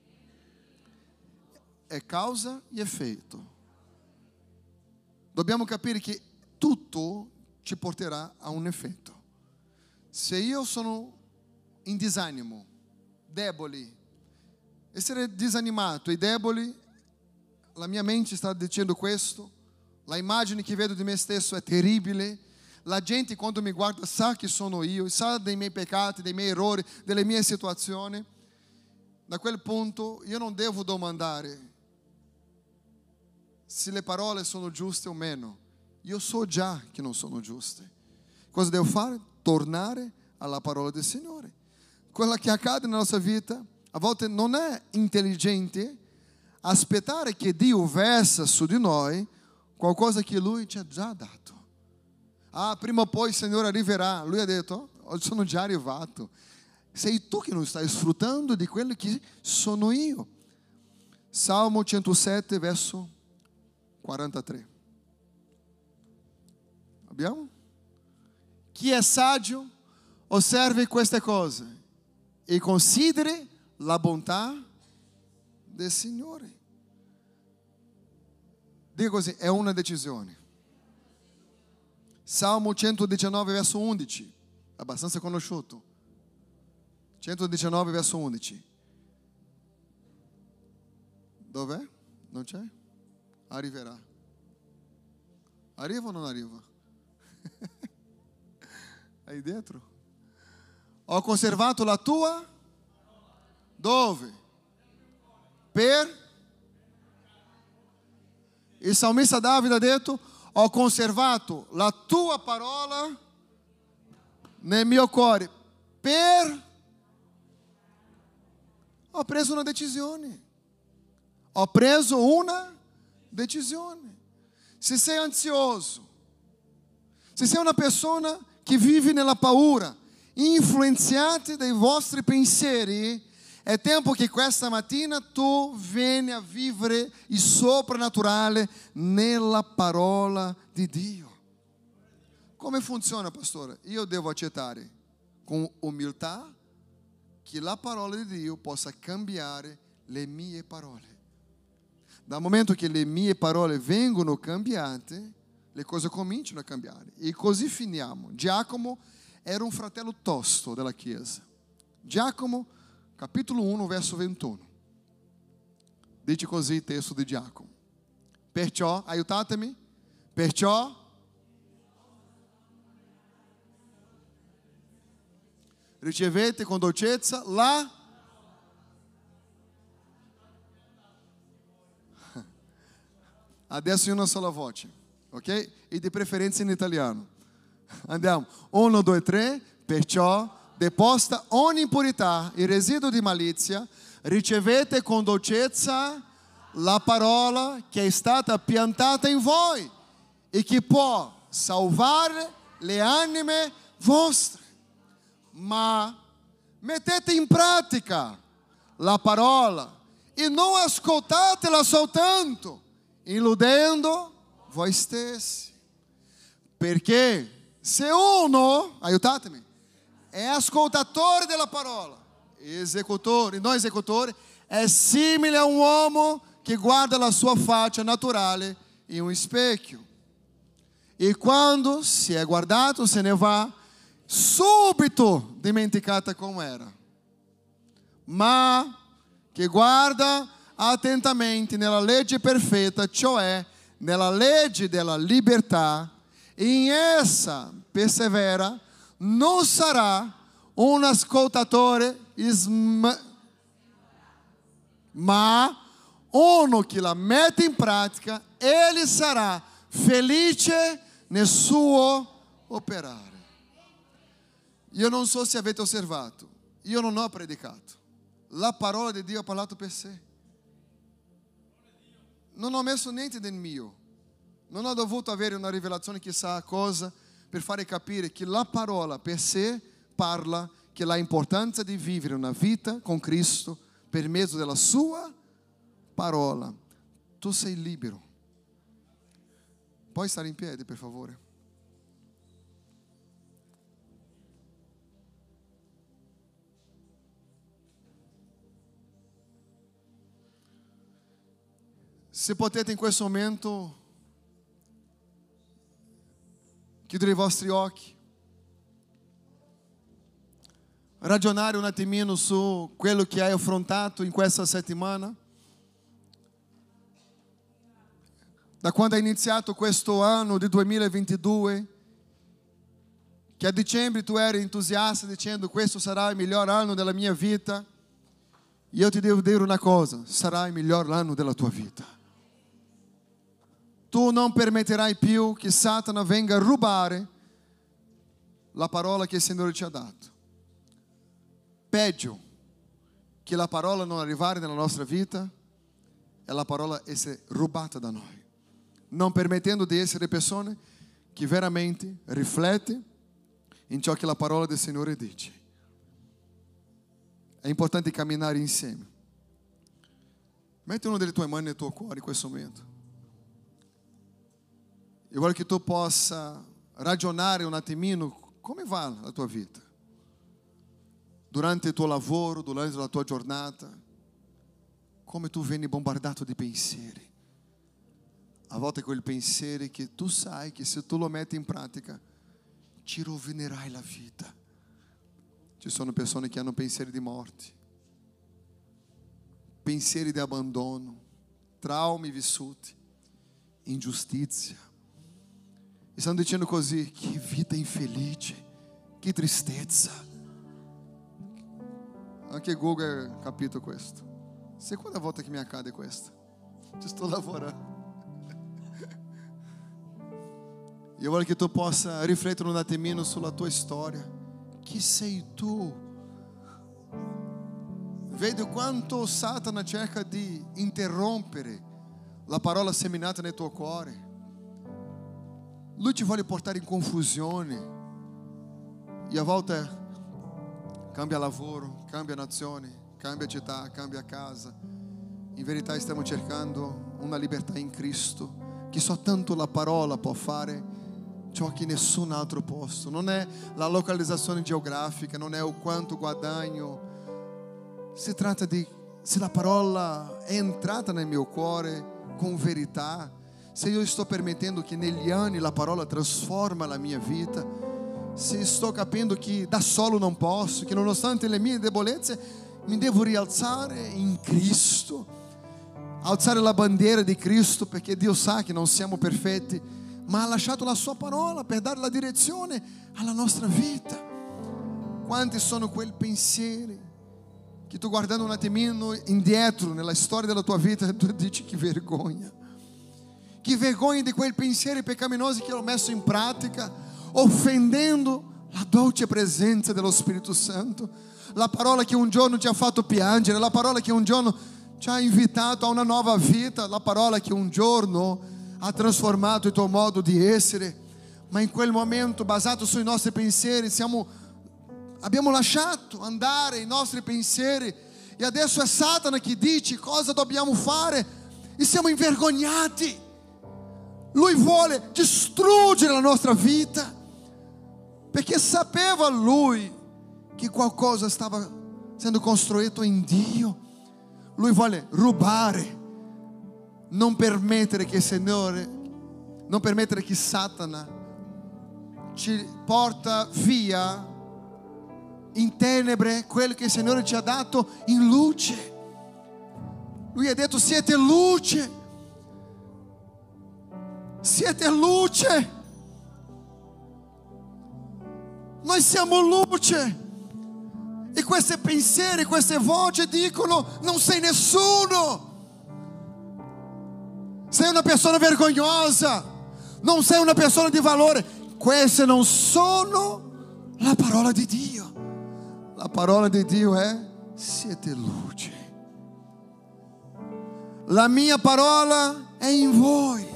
è causa e effetto. Dobbiamo capire che tutto ci porterà a un effetto. Se io sono in disanimo, debole, essere disanimato e debole, la mia mente sta dicendo questo, la immagine che vedo di me stesso è terribile. La gente quando mi guarda sa che sono io, sa dei miei peccati, dei miei errori, delle mie situazioni. Da quel punto io non devo domandare se le parole sono giuste o meno. Io so già che non sono giuste. Cosa devo fare? Tornare alla parola del Signore. Quello che accade nella nostra vita a volte non è intelligente aspettare che Dio versa su di noi qualcosa che Lui ci ha già dato. Ah, prima o poi il Signore arriverà. Lui ha detto: oh, sono già arrivato. Sei tu che non stai sfruttando di quello che sono io. Salmo centosette, verso quarantatré. Abbiamo? Chi è saggio osserve queste cose e consideri la bontà del Signore. Dica così, è una decisione. Salmo centodiciannove, verso undici, abbastanza conosciuto. centodiciannove, verso undici. Dov'è? Non c'è? Arriverà. Arriva o non arriva? Aí dentro? Ho conservato la tua? Dove? Per? Il salmista Davide ha detto: ho conservato la tua parola nel mio cuore. Per? Ho preso una decisione. Ho preso una decisione. Se sei ansioso, se sei una persona che vive nella paura, influenzati dai vostri pensieri, è tempo che questa mattina tu vieni a vivere il soprannaturale nella parola di Dio. Come funziona, pastore? Io devo accettare con umiltà che la parola di Dio possa cambiare le mie parole. Dal momento che le mie parole vengono cambiate, le cose cominciano a cambiare. E così finiamo. Giacomo era un fratello tosto della Chiesa. Giacomo, capitolo uno, verso ventuno. Dice così il testo di Giacomo. Perciò, aiutatemi, perciò ricevete con dolcezza la... Adesso in una sola voce, ok? E di preferenza in italiano. Andiamo. Uno, due, tre. Perciò, deposta ogni impurità e residuo di malizia, ricevete con dolcezza la parola che è stata piantata in voi e che può salvare le anime vostre. Ma mettete in pratica la parola e non ascoltatela soltanto, illudendo voi stessi. Perché se uno, aiutatemi, è ascoltatore della parola, esecutore, non esecutore, è simile a un uomo che guarda la sua faccia naturale in un specchio. E quando si è guardato se ne va, subito dimenticata come era. Ma che guarda attentamente nella legge perfetta, cioè nella legge della libertà, e in essa persevera, non sarà un ascoltatore sm- ma uno che la mette in pratica, ele sarà felice nel suo operare. Io non so se avete osservato, io non ho predicato, la parola di Dio ha parlato per sé. Non ho messo niente del mio, non ho dovuto avere una rivelazione chissà cosa per fare capire che la parola per sé parla che l'importanza di vivere una vita con Cristo per mezzo della sua parola. Tu sei libero. Puoi stare in piedi, per favore? Se potete in questo momento chiudere i vostri occhi, ragionare un attimino su quello che hai affrontato in questa settimana, da quando è iniziato questo anno di duemilaventidue, che a dicembre tu eri entusiasta dicendo questo sarà il miglior anno della mia vita. Io ti devo dire una cosa, sarà il miglior anno della tua vita. Tu non permetterai più che Satana venga a rubare la parola che il Signore ci ha dato. Peggio che la parola non arrivare nella nostra vita è la parola essere rubata da noi, non permettendo di essere persone che veramente riflettono in ciò che la parola del Signore dice. È importante camminare insieme. Metti una delle tue mani nel tuo cuore in questo momento. Io voglio che tu possa ragionare un attimino come va la tua vita. Durante il tuo lavoro, durante la tua giornata, come tu vieni bombardato di pensieri. a volte quel pensiero che tu sai che se tu lo metti in pratica ti rovinerai la vita. Ci sono persone che hanno pensieri di morte, pensieri di abbandono, traumi vissuti, ingiustizia. E stanno dicendo così: che vita infelice, che tristezza. Anche Google ha capito questo. Seconda volta che mi accade questo. Ci sto lavorando. Io voglio che tu possa riflettere un attimino sulla tua storia. Chi sei tu? Vedi quanto Satana cerca di interrompere la parola seminata nel tuo cuore. Lui ti vuole portare in confusione. E a volte cambia lavoro, cambia nazione, cambia città, cambia casa. In verità stiamo cercando una libertà in Cristo, che soltanto la parola può fare ciò che nessun altro posto. Non è la localizzazione geografica, non è o quanto guadagno. Si tratta di se la parola è entrata nel mio cuore con verità, se io sto permettendo che negli anni la parola trasforma la mia vita, se sto capendo che da solo non posso, che nonostante le mie debolezze mi devo rialzare in Cristo, alzare la bandiera di Cristo, perché Dio sa che non siamo perfetti, ma ha lasciato la sua parola per dare la direzione alla nostra vita. Quanti sono quei pensieri che tu, guardando un attimino indietro nella storia della tua vita, tu dici: che vergogna, che vergogna di quei pensieri peccaminosi che ho messo in pratica, offendendo la dolce presenza dello Spirito Santo, la parola che un giorno ti ha fatto piangere, la parola che un giorno ti ha invitato a una nuova vita, la parola che un giorno ha trasformato il tuo modo di essere, ma in quel momento, basato sui nostri pensieri, siamo, abbiamo lasciato andare i nostri pensieri, e adesso è Satana che dice cosa dobbiamo fare e siamo invergognati. Lui vuole distruggere la nostra vita, perché sapeva lui che qualcosa stava sendo costruito in Dio. Lui vuole rubare, non permettere che il Signore, non permettere che Satana ci porta via in tenebre quello che il Signore ci ha dato in luce. Lui ha detto: siete luce, siete luce, noi siamo luce. E questi pensieri, queste voci dicono: non sei nessuno, sei una persona vergognosa, non sei una persona di valore. Queste non sono la parola di Dio. La parola di Dio è: siete luce. La mia parola è in voi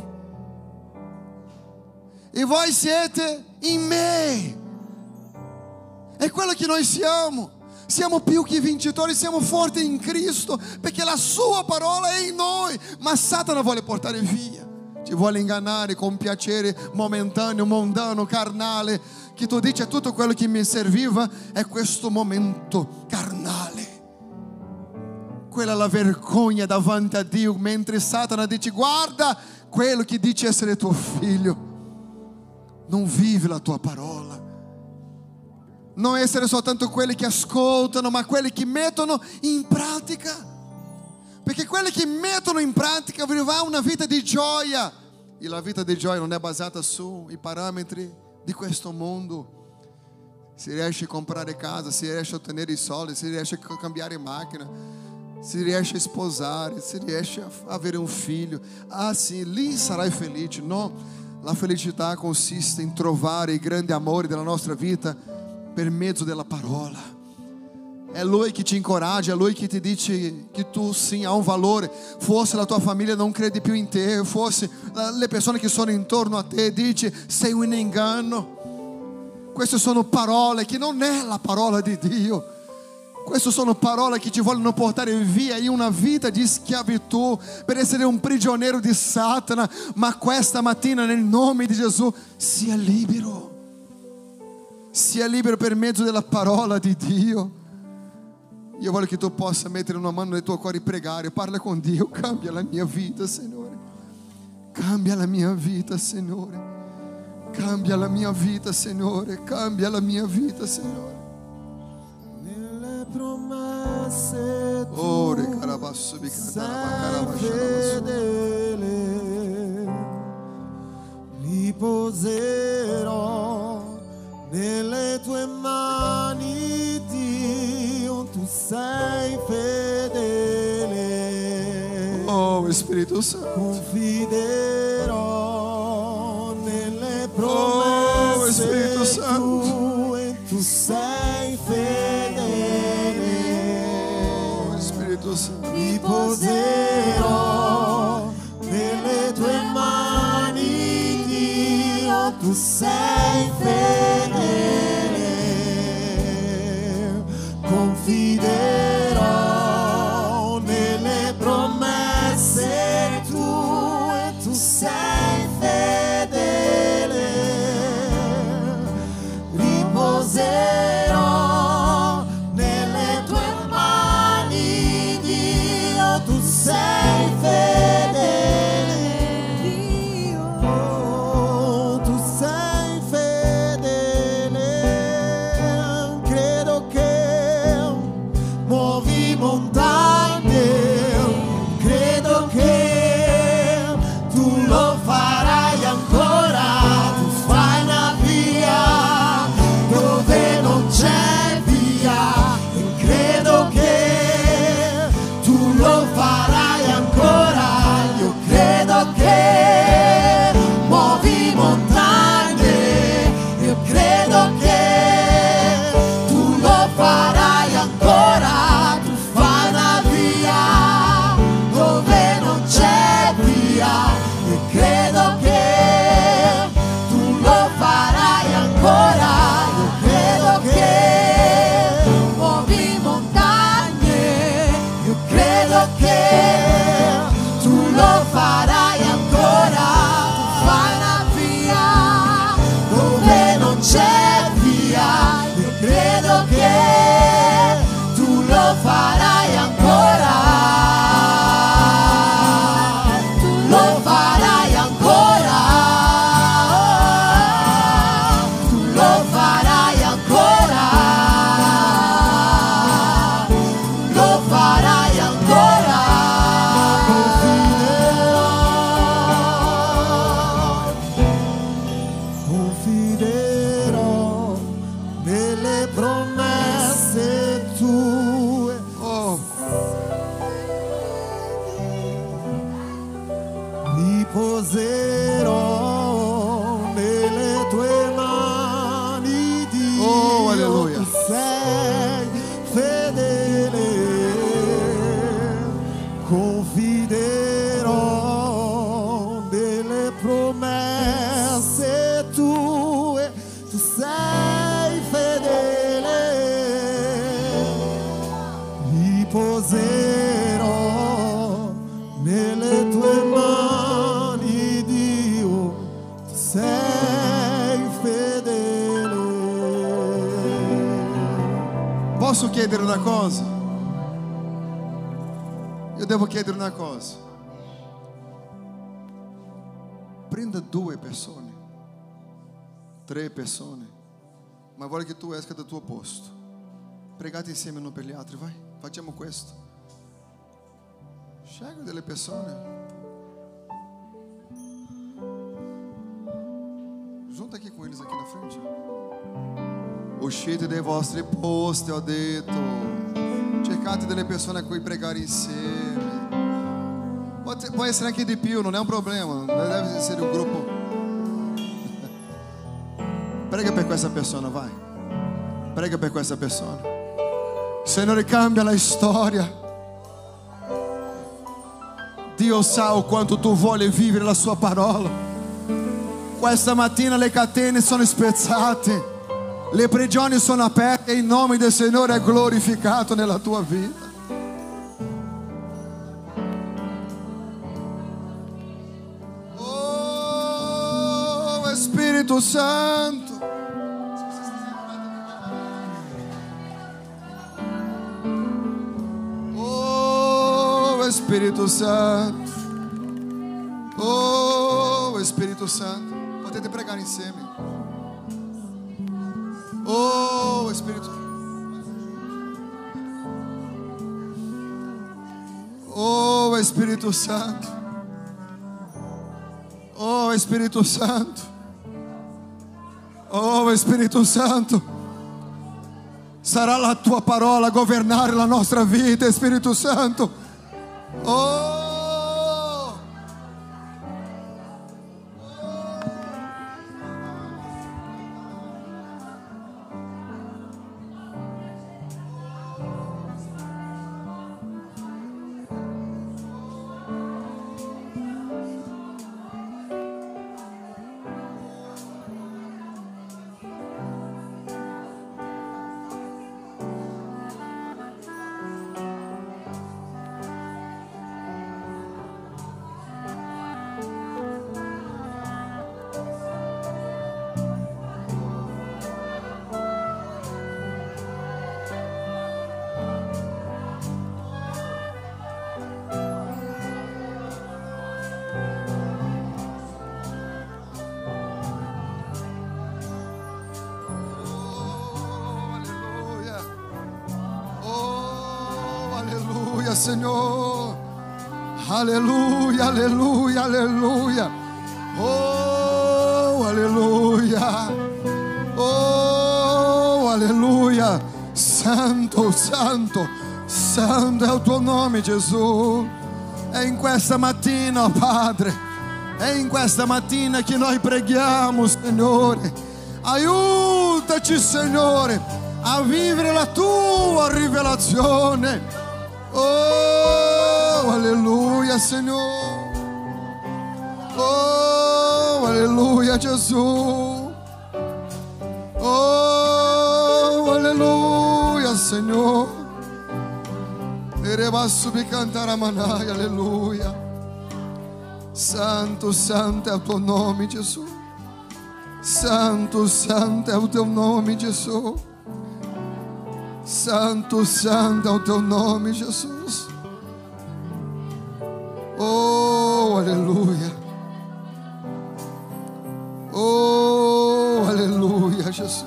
e voi siete in me. È quello che noi siamo. Siamo più che vincitori, siamo forti in Cristo, perché la sua parola è in noi. Ma Satana vuole portare via, ti vuole ingannare con piacere momentaneo, mondano, carnale, che tu dici: tutto quello che mi serviva è questo momento carnale. Quella è la vergogna davanti a Dio, mentre Satana dice: guarda, quello che dice essere tuo figlio non vive la tua parola. Non essere soltanto quelli che ascoltano, ma quelli che mettono in pratica, perché quelli che mettono in pratica vivrà una vita di gioia. E la vita di gioia non è basata sui parametri di questo mondo. Si riesce a comprare casa, si riesce a ottenere i soldi, si riesce a cambiare macchina, si riesce a sposare, si riesce a avere un figlio. Ah sì, lì sarai felice. No, la felicità consiste in trovare i grandi amori della nostra vita per mezzo della parola. È Lui che ti incoraggia, è Lui che ti dice che tu sim hai un valore. Forse la tua famiglia non crede più in te, forse le persone che sono intorno a te dice: sei un inganno. Queste sono parole che non è la parola di Dio. Queste sono parole che ti vogliono portare via in una vita di schiavitù, per essere un prigioniero di Satana. Ma questa mattina, nel nome di Gesù, sia libero. Sia libero per mezzo della parola di Dio. Io voglio che tu possa mettere una mano nel tuo cuore e pregare. Parla con Dio: cambia la mia vita, Signore. Cambia la mia vita, Signore. Cambia la mia vita, Signore. Cambia la mia vita, Signore. Nelle promesse tu Ore carabasso di sei fedele. Riposerò nelle tue mani, Dio, tu sei fedele. Oh Spirito Santo. Confiderò nelle promesse Oh Spirito Santo. tu, e tu sei fedele. Oh Spirito Santo. Riposerò nelle tue mani, Dio, tu sei fedele. Confiderò nelle promesse tu, e tu sei fedele. Riposerò nelle tue mani, Dio, tu sei fedele. Oh, tu sei fedele. Credo che muovi montagne, credo che tu lo farai ancora. Tu fai una via dove non c'è via, e credo che tu lo farai ancora. Io credo che muovi montagne, io credo che tu lo farai ancora. Tu fai una via dove non c'è via, e credo che tu lo farai ancora. Io credo che muovi montagne, io credo che tu lo farai ancora. Tu fai una via dove non c'è via, io credo che tu lo farai ancora. Tu lo farai ancora. Tu lo farai ancora. Tu lo farai ancora. Confiderò nelle promesse tue. Oh, Riposerò nelle tue mani, Dio. Oh, alleluia. Tu sei fedele. Confiderò nelle promesse tue. Tu sei fedele. Riposerò nelle tue mani, Dio, tu sei fedele. posso chiedere una cosa? Io devo chiedere una cosa. Prenda due persone, tre persone, ma voglio che tu esca dal tuo posto. Pregate insieme uno per gli altri, vai, facciamo questo. Scegli delle persone. Junta aqui com eles aqui na frente. Uscite dai vostri posti, ho detto. Cercate delle persone a cui pregare insieme. Pode, può essere anche di più, non è un problema. Non deve essere un gruppo. Prega per questa persona, vai. Prega per questa persona. Signore, cambia la storia. Dio sa o quanto tu vuoi vivere la sua parola. Questa mattina le catene sono spezzate, le prigioni sono aperte e il nome del Signore è glorificato nella tua vita. Oh, Spirito Santo. Oh, Spirito Santo. Oh. Oh Spirito Santo, potete pregare insieme. Oh Spirito, oh Spirito Santo, oh Spirito Santo, oh Spirito Santo, sarà la tua parola a governare la nostra vita, Spirito Santo. Oh, Señor, aleluya, aleluya, aleluya, oh, aleluya, oh, aleluya, santo, santo, santo è il tuo nome, Gesù. È in questa mattina, Padre, è in questa mattina che noi preghiamo, Signore, aiutaci, Signore, a vivere la tua rivelazione. Oh, alleluia, Signore. Oh, alleluia, Gesù. Oh, alleluia, Signore. Erebasso cantare a manai, alleluia. Santo, santo è il tuo nome, Gesù. Santo, santo è il tuo nome, Gesù. Santo, santo è il tuo nome, Gesù. Oh, alleluia. Oh, alleluia, Gesù.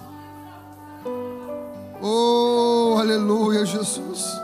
Oh, alleluia, Gesù.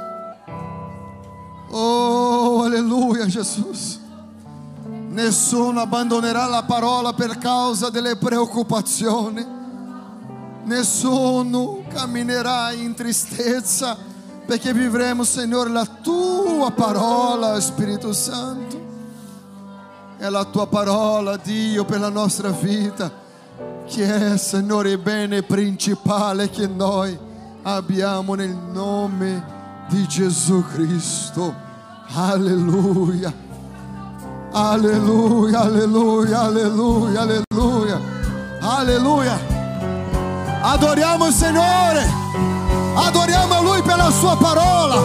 Oh, alleluia, Gesù. Nessuno abbandonerà la parola per causa delle preoccupazioni. Nessuno camminerà in tristezza, perché vivremo, Signore, la tua parola, Spirito Santo. È la tua parola, Dio, per la nostra vita, che è, Signore, il bene principale che noi abbiamo nel nome di Gesù Cristo. Alleluia, alleluia, alleluia, alleluia, alleluia, alleluia. Adoriamo il Signore, adoriamo Lui per la sua parola.